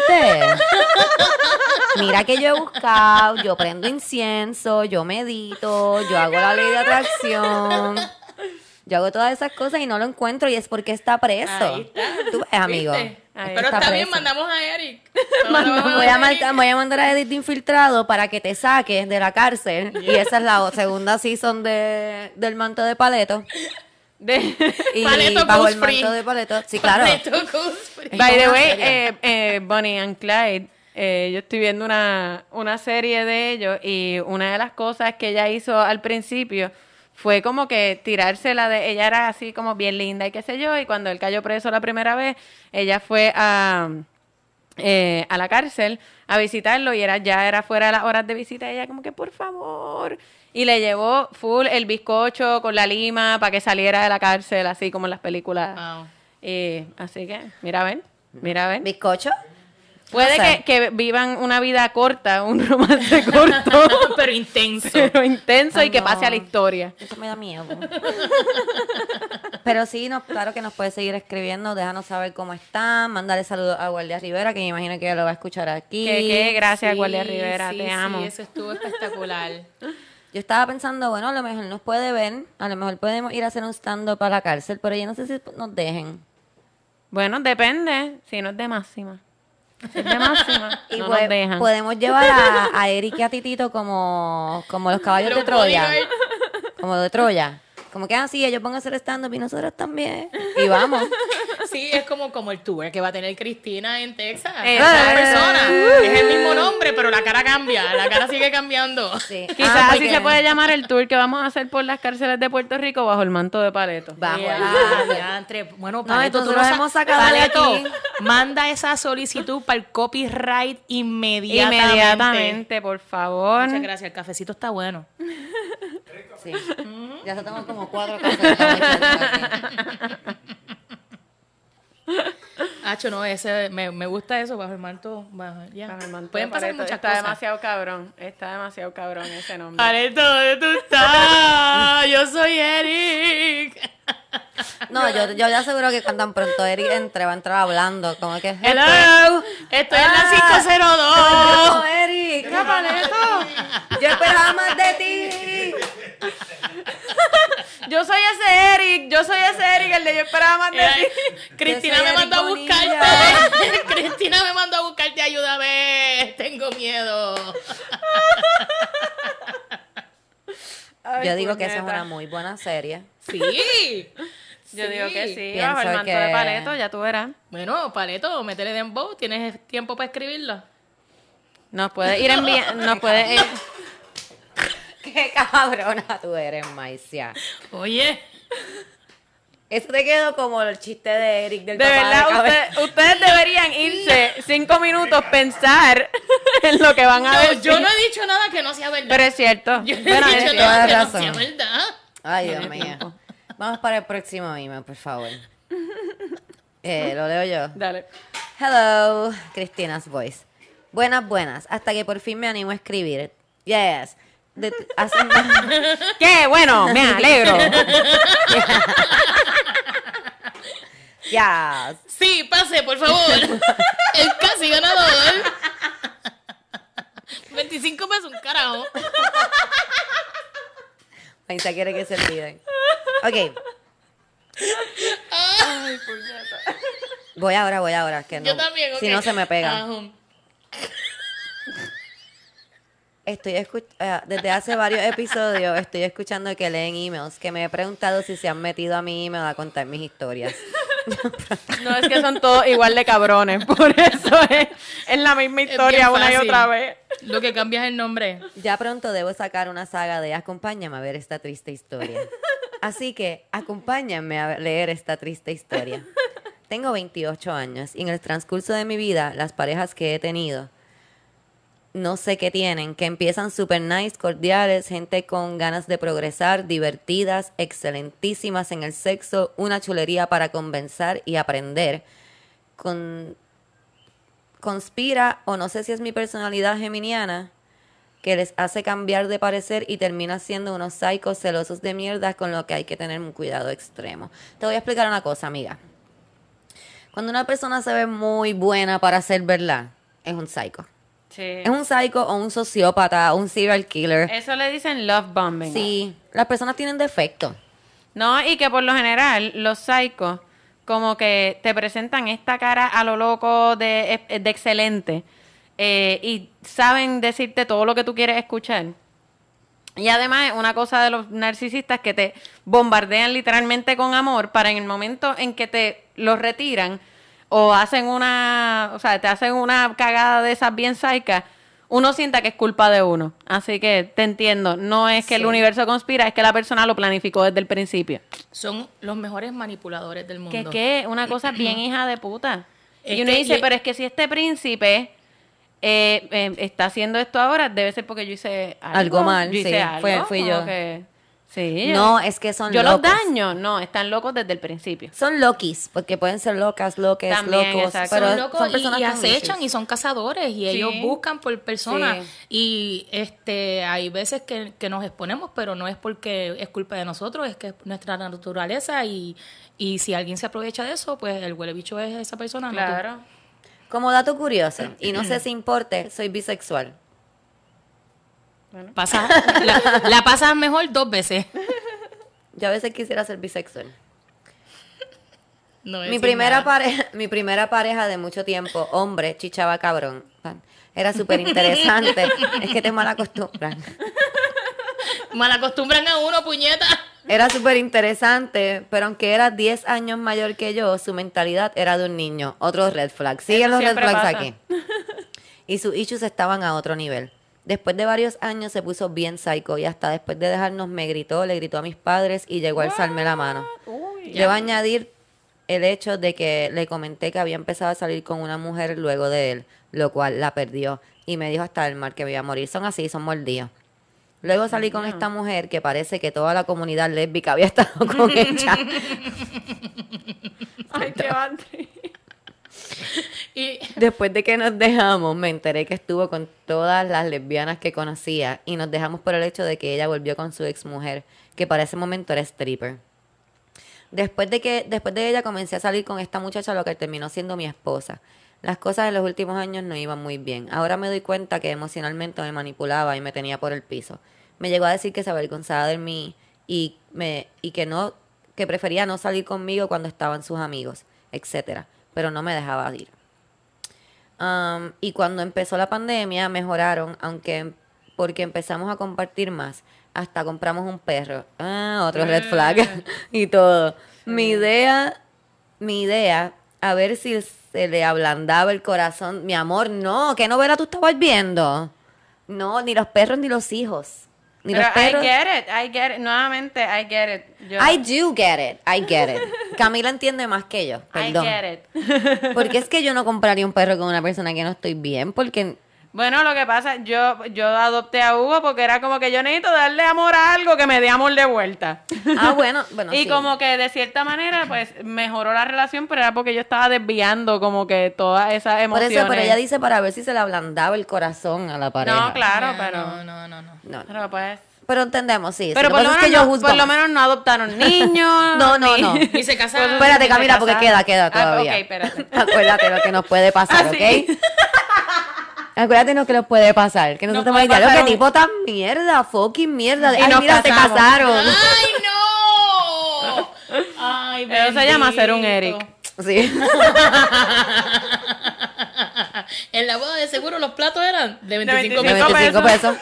Mira que yo he buscado, yo prendo incienso, yo medito, yo hago la ley de atracción, yo hago todas esas cosas y no lo encuentro y es porque está preso. Ahí está. Tú ves, amigo. ¿Viste? Ahí Pero está está bien, preso. mandamos a Eric. Voy a mandar a Edith de infiltrado para que te saques de la cárcel. Y esa es la segunda season del manto de Paleto. Y Paleto bajo goes el free. manto de Paleto. Sí, claro. By the una way, serie. Bonnie and Clyde, yo estoy viendo una serie de ellos y una de las cosas que ella hizo al principio fue como que tirársela de... Ella era así como bien linda y qué sé yo, y cuando él cayó preso la primera vez, ella fue a la cárcel a visitarlo y ya era fuera de las horas de visita. Ella como que, por favor... Y le llevó full el bizcocho con la lima para que saliera de la cárcel, así como en las películas. Wow. Así que, mira, ven. ¿Bizcocho? Puede No sé. que vivan una vida corta, un romance corto, Pero intenso. pero intenso Ay, y que no. pase a la historia. Eso me da miedo. Pero sí, claro que nos puede seguir escribiendo. Déjanos saber cómo están. Mándale saludos a Guardia Rivera, que me imagino que lo va a escuchar aquí. Que gracias, Sí, Guardia Rivera, sí, te sí, amo. eso estuvo espectacular. Yo estaba pensando, bueno, a lo mejor nos puede ver. A lo mejor podemos ir a hacer un stand-up a la cárcel, pero yo no sé si nos dejen. Bueno, depende, si no es de máxima. Si es de máxima, Y no pues, nos dejan. podemos llevar a Eric y a Titito como los caballos de Los Troya. bodyguard. Como de Troya. Como que así, ellos van a hacer stand-up y nosotros también. Y vamos. Sí, es como el tour que va a tener Cristina en Texas. Exacto. Esa persona. Es el mismo nombre, pero la cara cambia. La cara sigue cambiando. Sí. Quizás así porque- se puede llamar el tour que vamos a hacer por las cárceles de Puerto Rico bajo el manto de Paleto. Bajo el- Bueno, No, Paleto, entonces tú los sa- hemos sacado de Paleto, aquí. manda esa solicitud para el copyright inmediatamente. Inmediatamente, por favor. Muchas gracias. El cafecito está bueno. Sí. Ya se toman como 4 cosas. que estamos echando aquí. Hacho, no, ese, me gusta eso, bajo el manto. Ya. Bajo el manto Pueden de pasar Paleto. muchas Está cosas. demasiado cabrón. Está demasiado cabrón ese nombre. Paleto, ¿dónde tú estás? Yo soy Eric. No, yo le aseguro que cuando tan pronto Eric entre, va a entrar hablando. Como que. Hello, estoy en la 502. ¡Oh, Eric! ¡Qué Paleto! Yo esperaba más de ti. Yo soy ese Eric, el de yo esperaba más de Mira, ti. Cristina Yo soy me Eric mandó a Bonilla. buscarte. Cristina me mandó a buscarte, ayúdame. Tengo miedo. Ay, Yo digo que esa es puñeta. una muy buena serie. Sí. Yo digo que sí, Pienso bajo el manto que- de Paleto, ya tú verás. Bueno, Paleto, métele dembow. ¿Tienes tiempo para escribirlo? Nos puede ir enviando, nos puede ir... ¡Qué cabrona tú eres, Maicia! Oye. Eso te quedó como el chiste de Eric del De papá verdad, de cabeza. ustedes deberían irse 5 minutos, pensar en lo que van a No, decir. yo no he dicho nada que no sea verdad. Pero es cierto. Yo no Bueno, he es dicho cierto. nada que Tienes no sea razón. verdad. Ay, Dios mío. Vamos para el próximo email, por favor. Lo leo yo. Dale. Hello, Cristina's voice. Buenas. Hasta que por fin me animo a escribir. Yes. ¡Qué bueno! Me alegro. Yes. Sí, pase, por favor. El casi ganador. 25 pesos, un carajo. Maisa quiere que se olviden. Ok. Ay, puñeta. Voy ahora. Que no, Yo también, ok. Si no se me pega. Ajá. Desde hace varios episodios estoy escuchando que leen emails, que me he preguntado si se han metido a mi email a contar mis historias. No, es que son todos igual de cabrones. Por eso es la misma historia bien una y fácil. otra vez. Lo que cambia es el nombre. Ya pronto debo sacar una saga de acompáñame a ver esta triste historia. Así que acompáñenme a leer esta triste historia. Tengo 28 años y en el transcurso de mi vida las parejas que he tenido no sé qué tienen, que empiezan super nice, cordiales, gente con ganas de progresar, divertidas, excelentísimas en el sexo, una chulería para convencer y aprender. Conspira, o no sé si es mi personalidad geminiana, que les hace cambiar de parecer y termina siendo unos psicos celosos de mierda con lo que hay que tener un cuidado extremo. Te voy a explicar una cosa, amiga. Cuando una persona se ve muy buena para ser verdad, es un psycho. Sí. Es un psycho o un sociópata o un serial killer. Eso le dicen love bombing. Sí, las personas tienen defectos. No, y que por lo general los psicos como que te presentan esta cara a lo loco de excelente y saben decirte todo lo que tú quieres escuchar. Y además una cosa de los narcisistas que te bombardean literalmente con amor para en el momento en que te los retiran o hacen te hacen una cagada de esas bien saicas, uno sienta que es culpa de uno. Así que te entiendo, no es que el universo conspira, es que la persona lo planificó desde el principio. Son los mejores manipuladores del mundo. ¿Qué? Una cosa bien hija de puta. Es Y uno que- dice, y- pero es que si este príncipe está haciendo esto ahora, debe ser porque yo hice Algo mal, Yo hice sí, algo, fui como yo. que- sí, No, es que son yo locos. los daño. No, están locos desde el principio. Son loquis, porque pueden ser locas, loques, También, locos. exacto. Pero Son locos son personas y con acechan issues. y son cazadores y ellos buscan por personas Sí. y hay veces que nos exponemos, pero no es porque es culpa de nosotros, es que es nuestra naturaleza y si alguien se aprovecha de eso, pues el huele bicho es esa persona. no tú. Claro. Como dato curioso, y no sé si importe, soy bisexual. La pasas mejor 2 veces. Yo a veces quisiera ser bisexual. No Mi decir primera, nada. mi primera pareja de mucho tiempo, hombre, chichaba cabrón. Era súper interesante. Es que te malacostumbran. Malacostumbran a uno, puñeta. Era súper interesante, pero aunque era 10 años mayor que yo, su mentalidad era de un niño. Otro red flag. Siguen los red siempre flags pasa. aquí. Y sus issues estaban a otro nivel. Después de varios años se puso bien psycho y hasta después de dejarnos le gritó a mis padres y llegó a alzarme la mano. Uy, Debo añadir el hecho de que le comenté que había empezado a salir con una mujer luego de él, lo cual la perdió y me dijo hasta el mar que me iba a morir. Son así, son mordidos. Luego salí con esta mujer que parece que toda la comunidad lésbica había estado con ella. Ay, qué badre. Y Después de que nos dejamos, me enteré que estuvo con todas las lesbianas que conocía y nos dejamos por el hecho de que ella volvió con su exmujer, que para ese momento era stripper. Después de ella comencé a salir con esta muchacha, lo que terminó siendo mi esposa. Las cosas en los últimos años no iban muy bien. Ahora me doy cuenta que emocionalmente me manipulaba y me tenía por el piso. Me llegó a decir que se avergonzaba de mí y que prefería no salir conmigo cuando estaban sus amigos, etcétera, pero no me dejaba ir. Y cuando empezó la pandemia mejoraron, porque empezamos a compartir más. Hasta compramos un perro. Otro red flag. Y todo. Mi idea, a ver si se le ablandaba el corazón. Mi amor, no. ¿Qué novela tú estabas viendo? No, ni los perros ni los hijos. Ni Pero los perros. I get it. Nuevamente, I get it. I do get it. Camila entiende más que yo. Perdón. I get it. Porque es que yo no compraría un perro con una persona que no estoy bien, porque Bueno, lo que pasa, yo adopté a Hugo porque era como que yo necesito darle amor a algo que me dé amor de vuelta. bueno, Y sí. como que de cierta manera, pues, mejoró la relación, pero era porque yo estaba desviando como que todas esas Por emociones. eso, pero ella dice para ver si se le ablandaba el corazón a la pareja. No, claro, no, pero... No. Pero pues... Pero entendemos, sí. Pero Lo por que lo, pasa es menos que yo no, juzgo por lo más. menos no adoptaron niños. No. Y se casaron. Espérate, Ni se Camila, porque casaron. queda todavía. Ok, espérate. Acuérdate lo que nos puede pasar, Ah, sí. ¿ok? Acuérdate lo que nos puede pasar. Que nosotros Nos estamos puede diciendo, pasar qué un- tipo tan mierda, fucking mierda. Y Ay, nos mira, se casamos. casaron. ¡Ay, no! Ay, Eso se llama ser un bendito. Eric. Sí. En la boda de seguro los platos eran de 25 25 De pesos. 25 pesos.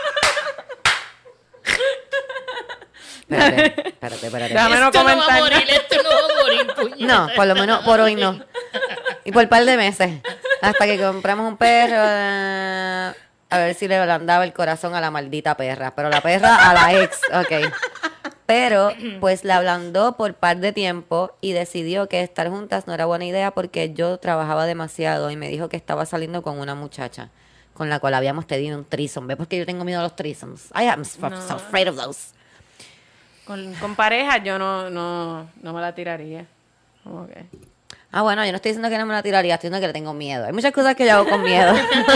Espérate. Déjame no Esto no va a comentar. morir, esto no va a morir, puñeta. No, por lo menos por hoy no. Y por un par de meses. Hasta que compramos un perro. A ver si le ablandaba el corazón a la maldita perra. Pero la perra a la ex. Ok. Pero, pues la ablandó por par de tiempo y decidió que estar juntas no era buena idea porque yo trabajaba demasiado y me dijo que estaba saliendo con una muchacha con la cual habíamos tenido un threesome. ¿Ves? Porque yo tengo miedo a los threesomes. I am so afraid of those. Con pareja yo no me la tiraría. Como que... Bueno, yo no estoy diciendo que no me la tiraría, estoy diciendo que le tengo miedo. Hay muchas cosas que yo hago con miedo.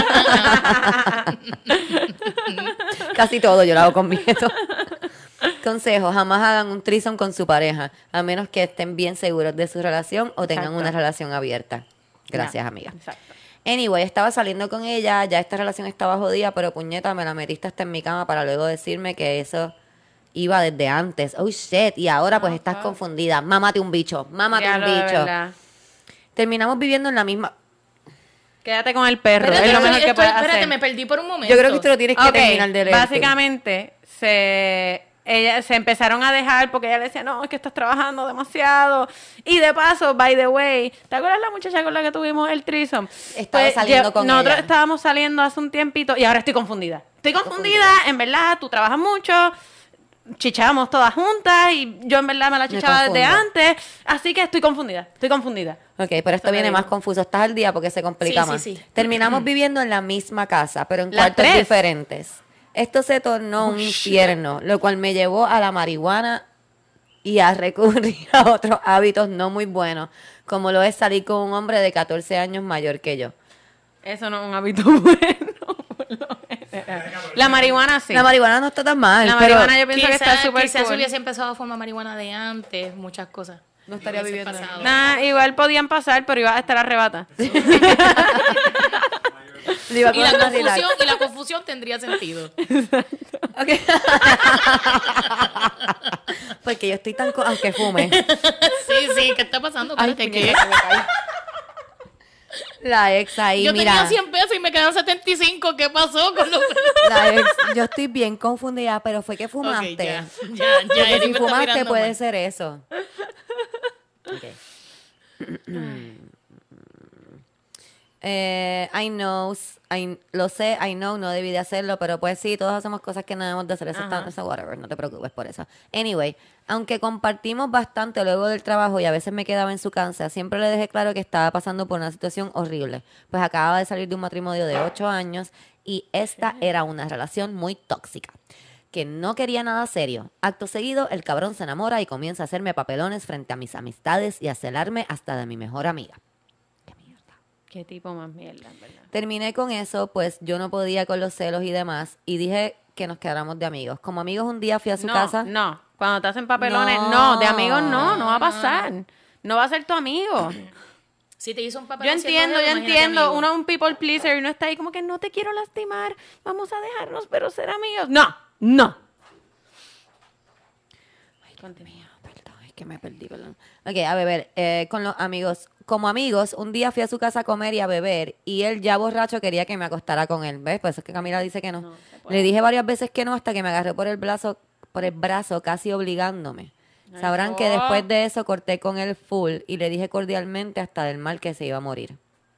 Casi todo yo lo hago con miedo. Consejo, jamás hagan un threesome con su pareja, a menos que estén bien seguros de su relación o tengan Exacto. una relación abierta. Gracias, Ya, amiga. Exacto. Anyway, estaba saliendo con ella, ya esta relación estaba jodida, pero puñeta, me la metiste hasta en mi cama para luego decirme que eso iba desde antes. Oh, shit. Y ahora pues estás confundida. Mámate un bicho, mámate un Diablo, de bicho. verdad. Terminamos viviendo en la misma... Quédate con el perro, Espérate, es lo mejor que puedes espérate, hacer. me perdí por un momento. Yo creo que tú lo tienes que Ok, terminar de leer. básicamente se empezaron a dejar porque ella le decía, no, es que estás trabajando demasiado. Y de paso, by the way, ¿te acuerdas la muchacha con la que tuvimos el threesome? Estaba saliendo con nosotros ella. estábamos saliendo hace un tiempito y ahora estoy confundida. Estoy confundida, en verdad, tú trabajas mucho, chichamos todas juntas y yo en verdad me la chichaba desde confundo. antes, así que estoy confundida. Ok, pero esto te viene digo. más confuso. Estás al día porque se complica Sí, más. sí. Terminamos viviendo en la misma casa, pero en Las cuartos tres. diferentes. Esto se tornó un infierno, lo cual me llevó a la marihuana y a recurrir a otros hábitos no muy buenos, como lo es salir con un hombre de 14 años mayor que yo. Eso no es un hábito bueno. por lo general. La marihuana sí. La marihuana no está tan mal, La pero marihuana yo pienso que está súper quizás cool. hubiese empezado a fumar marihuana de antes, muchas cosas. no estaría Hubiese viviendo. pasado. Nah, igual podían pasar, pero iba a estar arrebata. Le iba a Y la, coger más relax. confusión tendría sentido. Ok. Porque yo estoy tan... aunque fume. Sí, ¿qué está pasando? Ay, Espérate, ¿qué? puñeta, se me caí. La ex ahí, Yo mira. tenía 100 pesos y me quedan 75. ¿Qué pasó con los La ex, yo estoy bien confundida, pero fue que fumaste. Ok, ya, Porque Eric si me está fumaste mirando puede mal. ser eso. Ok. Lo sé, I know, no debí de hacerlo, pero pues sí, todos hacemos cosas que no debemos de hacer, eso whatever, no te preocupes por eso. Anyway, aunque compartimos bastante luego del trabajo y a veces me quedaba en su casa, siempre le dejé claro que estaba pasando por una situación horrible, pues acababa de salir de un matrimonio de 8 años y esta era una relación muy tóxica, que no quería nada serio. Acto seguido, el cabrón se enamora y comienza a hacerme papelones frente a mis amistades y a celarme hasta de mi mejor amiga. Qué tipo más mierda, en verdad. Terminé con eso, pues yo no podía con los celos y demás, y dije que nos quedáramos de amigos. Como amigos un día fui a su casa. No, cuando te hacen papelones, No. no, de amigos no va a pasar. No va a ser tu amigo. Si te hizo un papel Yo entiendo, uno es un people pleaser y no está ahí como que no te quiero lastimar, vamos a dejarnos, pero ser amigos. No. Ay, Dios mío, perdón, es que me perdí, perdón. Ok, a beber, con los amigos. Como amigos, un día fui a su casa a comer y a beber, y él ya borracho quería que me acostara con él, ¿ves? Pues es que Camila dice que no. Le dije varias veces que no, hasta que me agarré por el brazo, casi obligándome. Sabrán que después de eso corté con él full y le dije cordialmente hasta del mal que se iba a morir.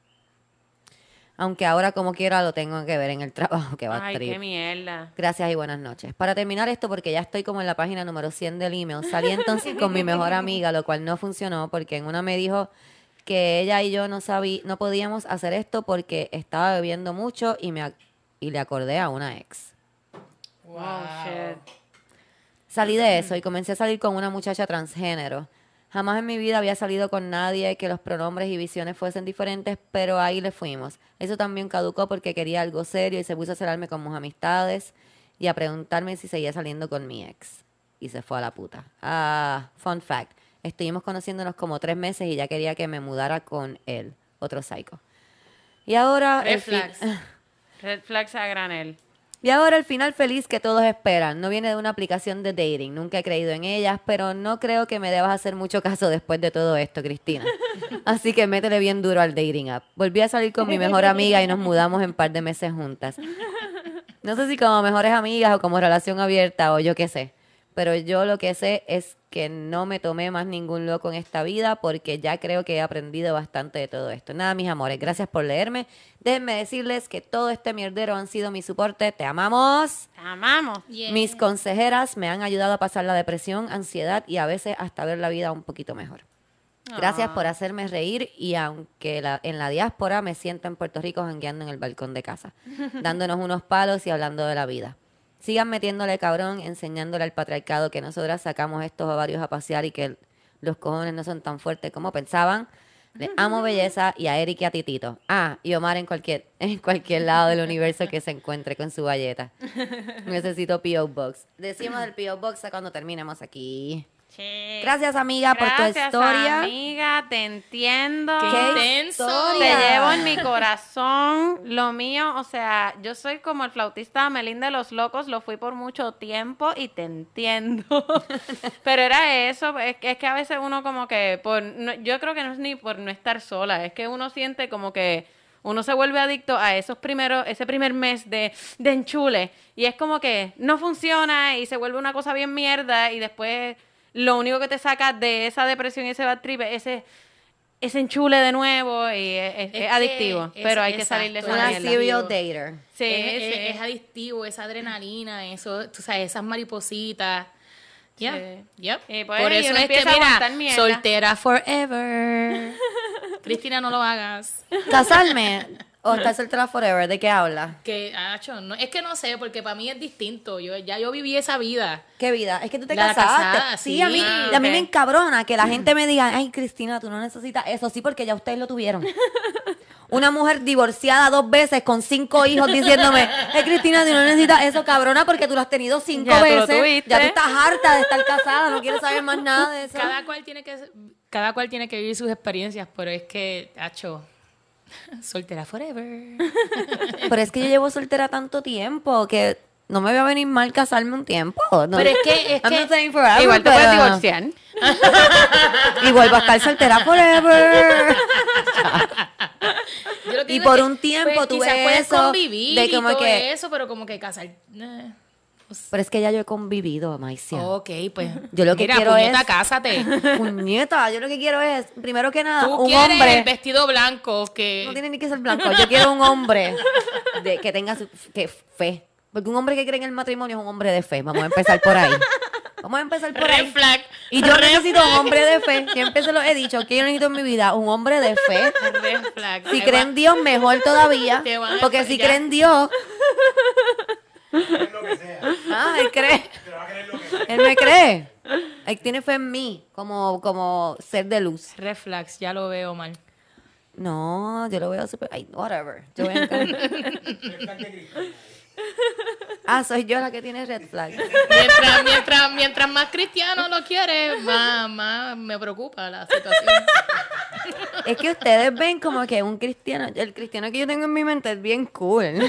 Aunque ahora como quiera lo tengo que ver en el trabajo, que va a Ay, qué mierda. Gracias y buenas noches. Para terminar esto, porque ya estoy como en la página número 100 del email, salí entonces con mi mejor amiga, lo cual no funcionó porque en una me dijo que ella y yo no podíamos hacer esto porque estaba bebiendo mucho y le acordé a una ex. Wow. Oh, shit. Salí de eso y comencé a salir con una muchacha transgénero. Jamás en mi vida había salido con nadie que los pronombres y visiones fuesen diferentes, pero ahí le fuimos. Eso también caducó porque quería algo serio y se puso a celarme con mis amistades y a preguntarme si seguía saliendo con mi ex. Y se fue a la puta. Fun fact. Estuvimos conociéndonos como 3 meses y ya quería que me mudara con él. Otro psycho. Y ahora... Red flags. Red flags a granel. Y ahora el final feliz que todos esperan. No viene de una aplicación de dating. Nunca he creído en ellas, pero no creo que me debas hacer mucho caso después de todo esto, Cristina. Así que métele bien duro al dating app. Volví a salir con mi mejor amiga y nos mudamos en par de meses juntas. No sé si como mejores amigas o como relación abierta o yo qué sé. Pero yo lo que sé es que no me tomé más ningún loco en esta vida porque ya creo que he aprendido bastante de todo esto. Nada, mis amores, gracias por leerme. Déjenme decirles que todo este mierdero han sido mi soporte. ¡Te amamos! Te amamos. Yeah. Mis consejeras me han ayudado a pasar la depresión, ansiedad y a veces hasta ver la vida un poquito mejor. Gracias por hacerme reír y aunque en la diáspora me siento en Puerto Rico jangueando en el balcón de casa, dándonos unos palos y hablando de la vida. Sigan metiéndole cabrón, enseñándole al patriarcado que nosotras sacamos estos ovarios a pasear y que los cojones no son tan fuertes como pensaban. Les amo belleza y a Eric y a Titito. Y Omar en cualquier lado del universo que se encuentre con su galleta. Necesito P.O. Box. Decimos el P.O. Box cuando terminemos aquí. Sí. Gracias, amiga, por tu historia. Amiga, te entiendo. ¡Qué intenso! Te llevo en mi corazón. Lo mío, o sea, yo soy como el flautista Melín de los Locos, lo fui por mucho tiempo y te entiendo. Pero era eso, es que a veces uno como que, yo creo que no es ni por no estar sola, es que uno siente como que uno se vuelve adicto a ese primer mes de enchule y es como que no funciona y se vuelve una cosa bien mierda y después lo único que te saca de esa depresión y ese bad trip es ese enchule de nuevo y es adictivo, pero hay que salir de esa Una mierda. serial dater. Sí, Es adictivo, esa adrenalina, eso, tú sabes, esas maripositas. Ya, yep. Y pues, por y eso uno es que, empieza a mira, aguantar mierda. soltera forever. Cristina, no lo hagas. ¿Casarme o estar soltera forever? ¿De qué habla? Que, no, es que no sé, porque para mí es distinto. Yo viví esa vida. ¿Qué vida? Es que tú te La casaste. casada, sí, sí. a mí Ah, me ok. encabrona que la gente me diga, ay, Cristina, tú no necesitas eso. Sí, porque ya ustedes lo tuvieron. Una mujer divorciada 2 veces con 5 hijos diciéndome, Cristina, tú no necesitas eso, cabrona, porque tú lo has tenido 5 Ya tú lo veces. tuviste. Ya tú estás harta de estar casada, no quieres saber más nada de eso. Cada cual tiene que vivir sus experiencias, pero es que, soltera forever. Pero es que yo llevo soltera tanto tiempo que no me va a venir mal casarme un tiempo. No. Pero es que- I'm not saying forever, Igual te pero- puedes divorciar. Y vuelvo a estar soltera forever. Yo lo que Y digo por es que, un tiempo pues, tuve quizás puedes eso convivir de y como todo que- eso, pero como que casar... Pero es que ya yo he convivido, Maicia. Ok, pues. Yo lo que mira, quiero puñeta, es- cásate. Puñeta, yo lo que quiero es, primero que nada, Tú un quieres hombre. el vestido blanco que... No tiene ni que ser blanco. Yo quiero un hombre que tenga fe. Porque un hombre que cree en el matrimonio es un hombre de fe. Vamos a empezar por ahí. Vamos a empezar por Red ahí. flag. Y yo Red necesito un flag. hombre de fe. Siempre se lo he dicho. Que yo necesito en mi vida un hombre de fe. Red flag. Si Ahí creen va. en Dios, mejor todavía. Te van a Porque si ya. creen en Dios, Es lo que sea. él cree. Te va a creer lo que sea. Él me cree. Él tiene fe en mí como ser de luz. Red flags, ya lo veo mal. No, yo lo veo súper... Ay, whatever. Yo voy a encantar. Reflex de cristal. Ah, soy yo la que tiene red flag. Mientras más cristiano lo quiere, más me preocupa la situación. Es que ustedes ven como que un cristiano, el cristiano que yo tengo en mi mente es bien cool.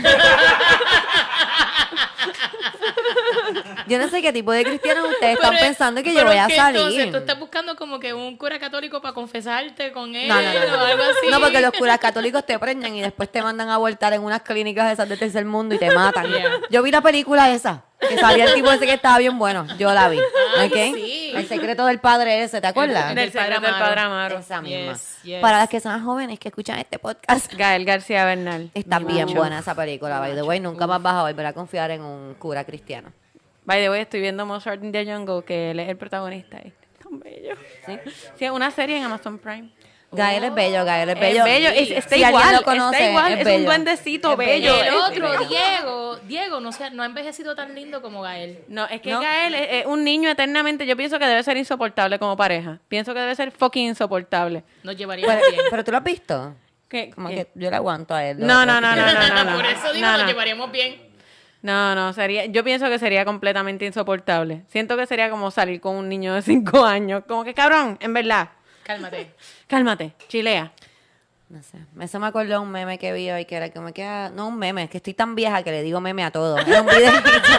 Yo no sé qué tipo de cristiano ustedes están Pero- pensando que yo pero voy a que salir. Entonces, tú estás buscando como que un cura católico para confesarte con él No, o algo así. No, porque los curas católicos te preñan y después te mandan a abortar en unas clínicas esas de tercer mundo y te matan. Yeah. Yo vi la película esa, que salía el tipo ese que estaba bien bueno. Yo la vi. Ay, ¿Ok? sí. El secreto del padre ese, ¿te acuerdas? Del Padre Del Amaro. Padre Amaro. Esa misma. Yes, yes. Para las que son jóvenes que escuchan este podcast. Gael García Bernal. Está Mi bien macho. buena esa película, by the way. Nunca más vas a volver a confiar en un cura cristiano. By the way, estoy viendo Mozart in the Jungle, que él es el protagonista. Es tan bello. ¿Sí? Sí, es una serie en Amazon Prime. Gael es bello, Gael es Es bello. bello, Si está alguien igual, lo conoce, está igual, es bello. un duendecito Es bello. El es otro, bello. Diego, no ha envejecido tan lindo como Gael. No, es que ¿No? Gael es un niño eternamente. Yo pienso que debe ser insoportable como pareja. Pienso que debe ser fucking insoportable. Nos llevaría Pero, bien. pero tú lo has visto. ¿Qué? Como ¿Qué? que yo le aguanto a él. No, no, no, no, no, no. Por eso digo, No, nos no. llevaríamos bien. No, yo pienso que sería completamente insoportable. Siento que sería como salir con un niño de 5 años. Como que cabrón, en verdad. Cálmate. Cálmate, chilea. No sé. Eso me acuerdo de un meme que vi hoy que era como que... no un meme, es que estoy tan vieja que le digo meme a todo. Era un video.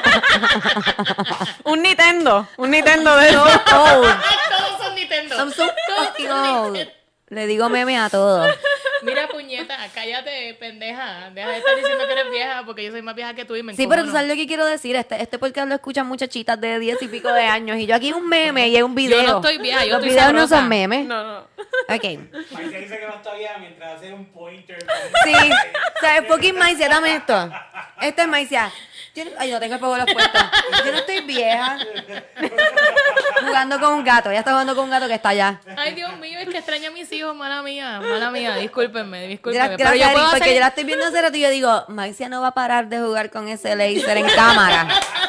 Un Nintendo de eso. Todos son Nintendo. I'm so Todos fucking son old. Nintendo. Le digo meme a todo. Mira, puñeta, cállate, pendeja. Deja de estar diciendo que eres vieja porque yo soy más vieja que tú y me Sí, pero tú encojono. sabes lo que quiero decir. Este podcast lo escuchan muchachitas de 10 y pico de años. Y yo aquí un meme y es un video. Yo no estoy vieja, yo Los estoy videos no sabrosa. son memes. No, no. Ok. Maicia dice que no está vieja mientras hace un pointer. Sí. O sea, fucking Maicia, dame esto. Esto es Maicia. Ay, no tengo el fuego los puestos. Yo no estoy vieja. Jugando con un gato. Ya está jugando con un gato que está allá. Ay, Dios mío, es que extraño a mis hijos, mala mía, discúlpenme. Gracias, Pero yo puedo porque hacer... yo la estoy viendo hace rato y yo digo, Maicia no va a parar de jugar con ese laser en cámara.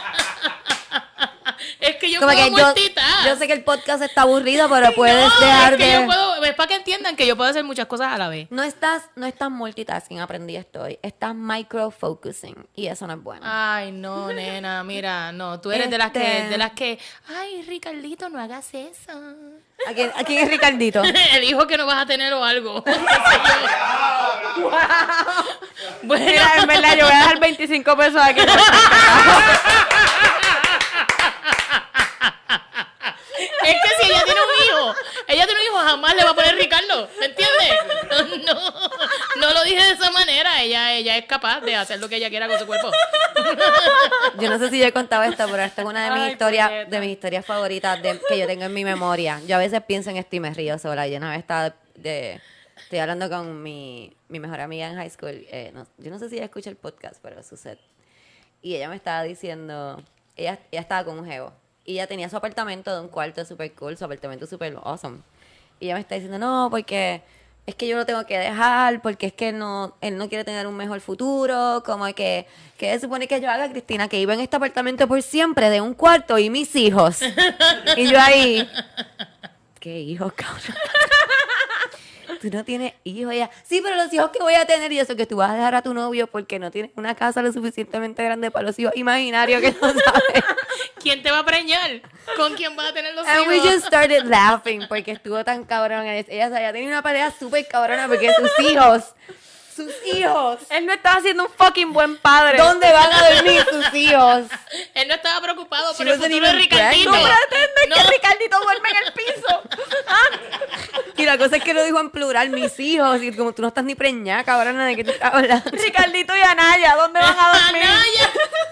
Es que yo Como puedo que multitask. yo sé que el podcast está aburrido, pero puedes No, dejar es que de... yo puedo... Es para que entiendan que yo puedo hacer muchas cosas a la vez. No estás multitasking, aprendí esto hoy. Estás microfocusing y eso no es bueno. Ay, no, nena, mira, no, tú eres de las que, ay, Ricardito, no hagas eso. ¿A quién es Ricardito? El hijo que no vas a tener o algo. Bueno, Mira, en verdad, yo voy a dejar 25 pesos aquí. es que si ella tiene un hijo, jamás le va a poner Ricardo, ¿me entiendes? No lo dije de esa manera, ella es capaz de hacer lo que ella quiera con su cuerpo. Yo no sé si yo he contado esto, pero esta es una de mis Ay, historias, puñeta. de mis historias favoritas que yo tengo en mi memoria. Yo a veces pienso en esto y me río sola. Yo una vez estoy hablando con mi mejor amiga en high school. Yo no sé si ella escucha el podcast, pero sucede. Y ella me estaba diciendo, ella estaba con un jevo. Y ella tenía su apartamento de un cuarto super cool, su apartamento super awesome. Y ella me está diciendo, no, porque es que yo lo tengo que dejar, porque es que él no quiere tener un mejor futuro, como que se supone que yo haga, Cristina, que iba en este apartamento por siempre, de un cuarto, y mis hijos. Y yo ahí, ¿qué hijos, cabrón? Tú no tienes hijos. Ella, sí, pero los hijos que voy a tener y eso, que tú vas a dejar a tu novio porque no tienes una casa lo suficientemente grande para los hijos imaginarios que no sabes. ¿Quién te va a preñar? ¿Con quién vas a tener los And we hijos? just started laughing porque estuvo tan cabrón. Ella tenía una pelea súper cabrona porque sus hijos sus hijos. Él no estaba siendo un fucking buen padre. ¿Dónde van a dormir sus hijos? Él no estaba preocupado por She el wasn't futuro de even Ricardito. pregnant. No pretendes que Ricardito duerme en el piso. Y la cosa es que lo dijo en plural, mis hijos. Y como tú no estás ni preñada, cabrona, ¿de qué te estás hablando? Ricardito y Anaya, ¿dónde van a dormir? Anaya.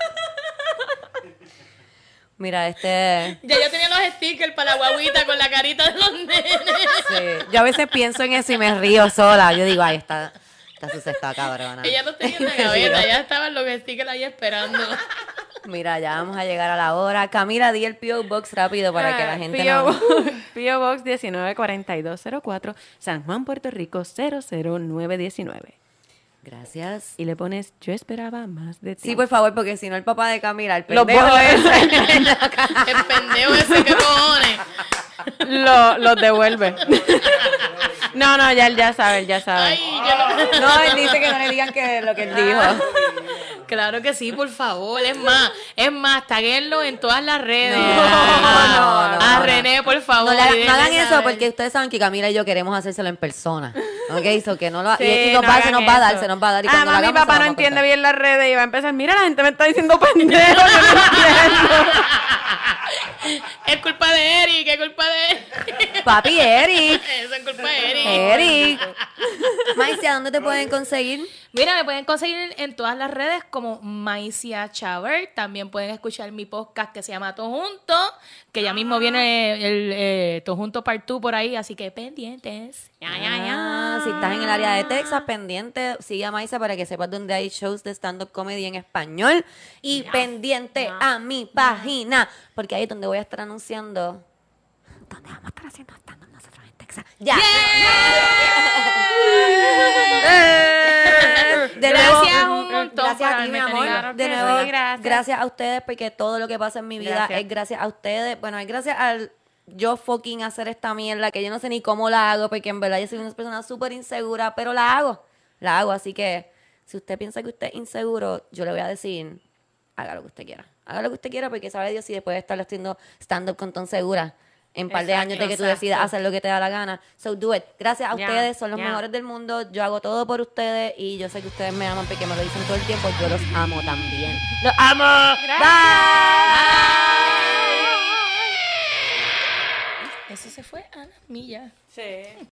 Mira, Ya yo tenía los stickers para la guaguita con la carita de los nenes. sí, yo a veces pienso en eso y me río sola. Yo digo, ay, esta Susa está cabrona. Ella los tenía en la gaveta, ya estaban los stickers ahí esperando. Mira, ya vamos a llegar a la hora. Camila, di el P.O. Box rápido para que la gente no... P.O. Box 194204, San Juan, Puerto Rico 00919. Gracias. Y le pones, yo esperaba más de ti. Sí, por favor, porque si no el papá de Camila, el Los pendejo... borra El pendejo ese, ¿qué cojones? los devuelve. No, ya él ya sabe, Ay, yo no... No, él dice que no le digan que lo que él dijo. Claro que sí, por favor. Es más, taguenlo en todas las redes. No. A René, por favor. No hagan déjenle eso saber. porque ustedes saben que Camila y yo queremos hacérselo en persona. ¿Ok? So que no lo Sí, y nos no va, hagan se nos va a dar, eso. se nos va a dar. Y cuando Además, lo mi hagamos, papá se lo no vamos a entiende contar. bien las redes y va a empezar, mira, la gente me está diciendo pendejo, yo no entiendo. Es culpa de Eric, es culpa de Eric. Papi, Eric. Eso es culpa de Eric. Eric. Maicia, ¿dónde te pueden conseguir? Mira, me pueden conseguir en todas las redes como Maicia Chaver. También pueden escuchar mi podcast que se llama Todo Junto, que ya mismo viene el Todo Junto Part 2 por ahí, así que pendientes. Si estás en el área de Texas, pendiente, sigue a Maicia para que sepas dónde hay shows de stand-up comedy en español. Y pendiente a mi página, porque ahí es donde voy a estar anunciando dónde vamos a estar haciendo stand-up nosotros en Texas. ¡Ya! De Gracias un montón Gracias por a ti, haberme mi amor. tenido. Claro De que nuevo, sí, gracias a ustedes porque todo lo que pasa en mi vida Gracias. es gracias a ustedes. Bueno, es gracias al yo fucking hacer esta mierda que yo no sé ni cómo la hago porque en verdad yo soy una persona súper insegura, pero la hago. La hago, así que si usted piensa que usted es inseguro, yo le voy a decir, haga lo que usted quiera. Haga lo que usted quiera porque sabe Dios si después de estar haciendo stand-up con tan segura en un par de años de que tú decidas hacer lo que te da la gana. So do it. Gracias a Ya, ustedes, son los ya. mejores del mundo. Yo hago todo por ustedes y yo sé que ustedes me aman porque me lo dicen todo el tiempo. Yo los amo también. ¡Los amo! Bye. Eso se fue a la milla. Sí.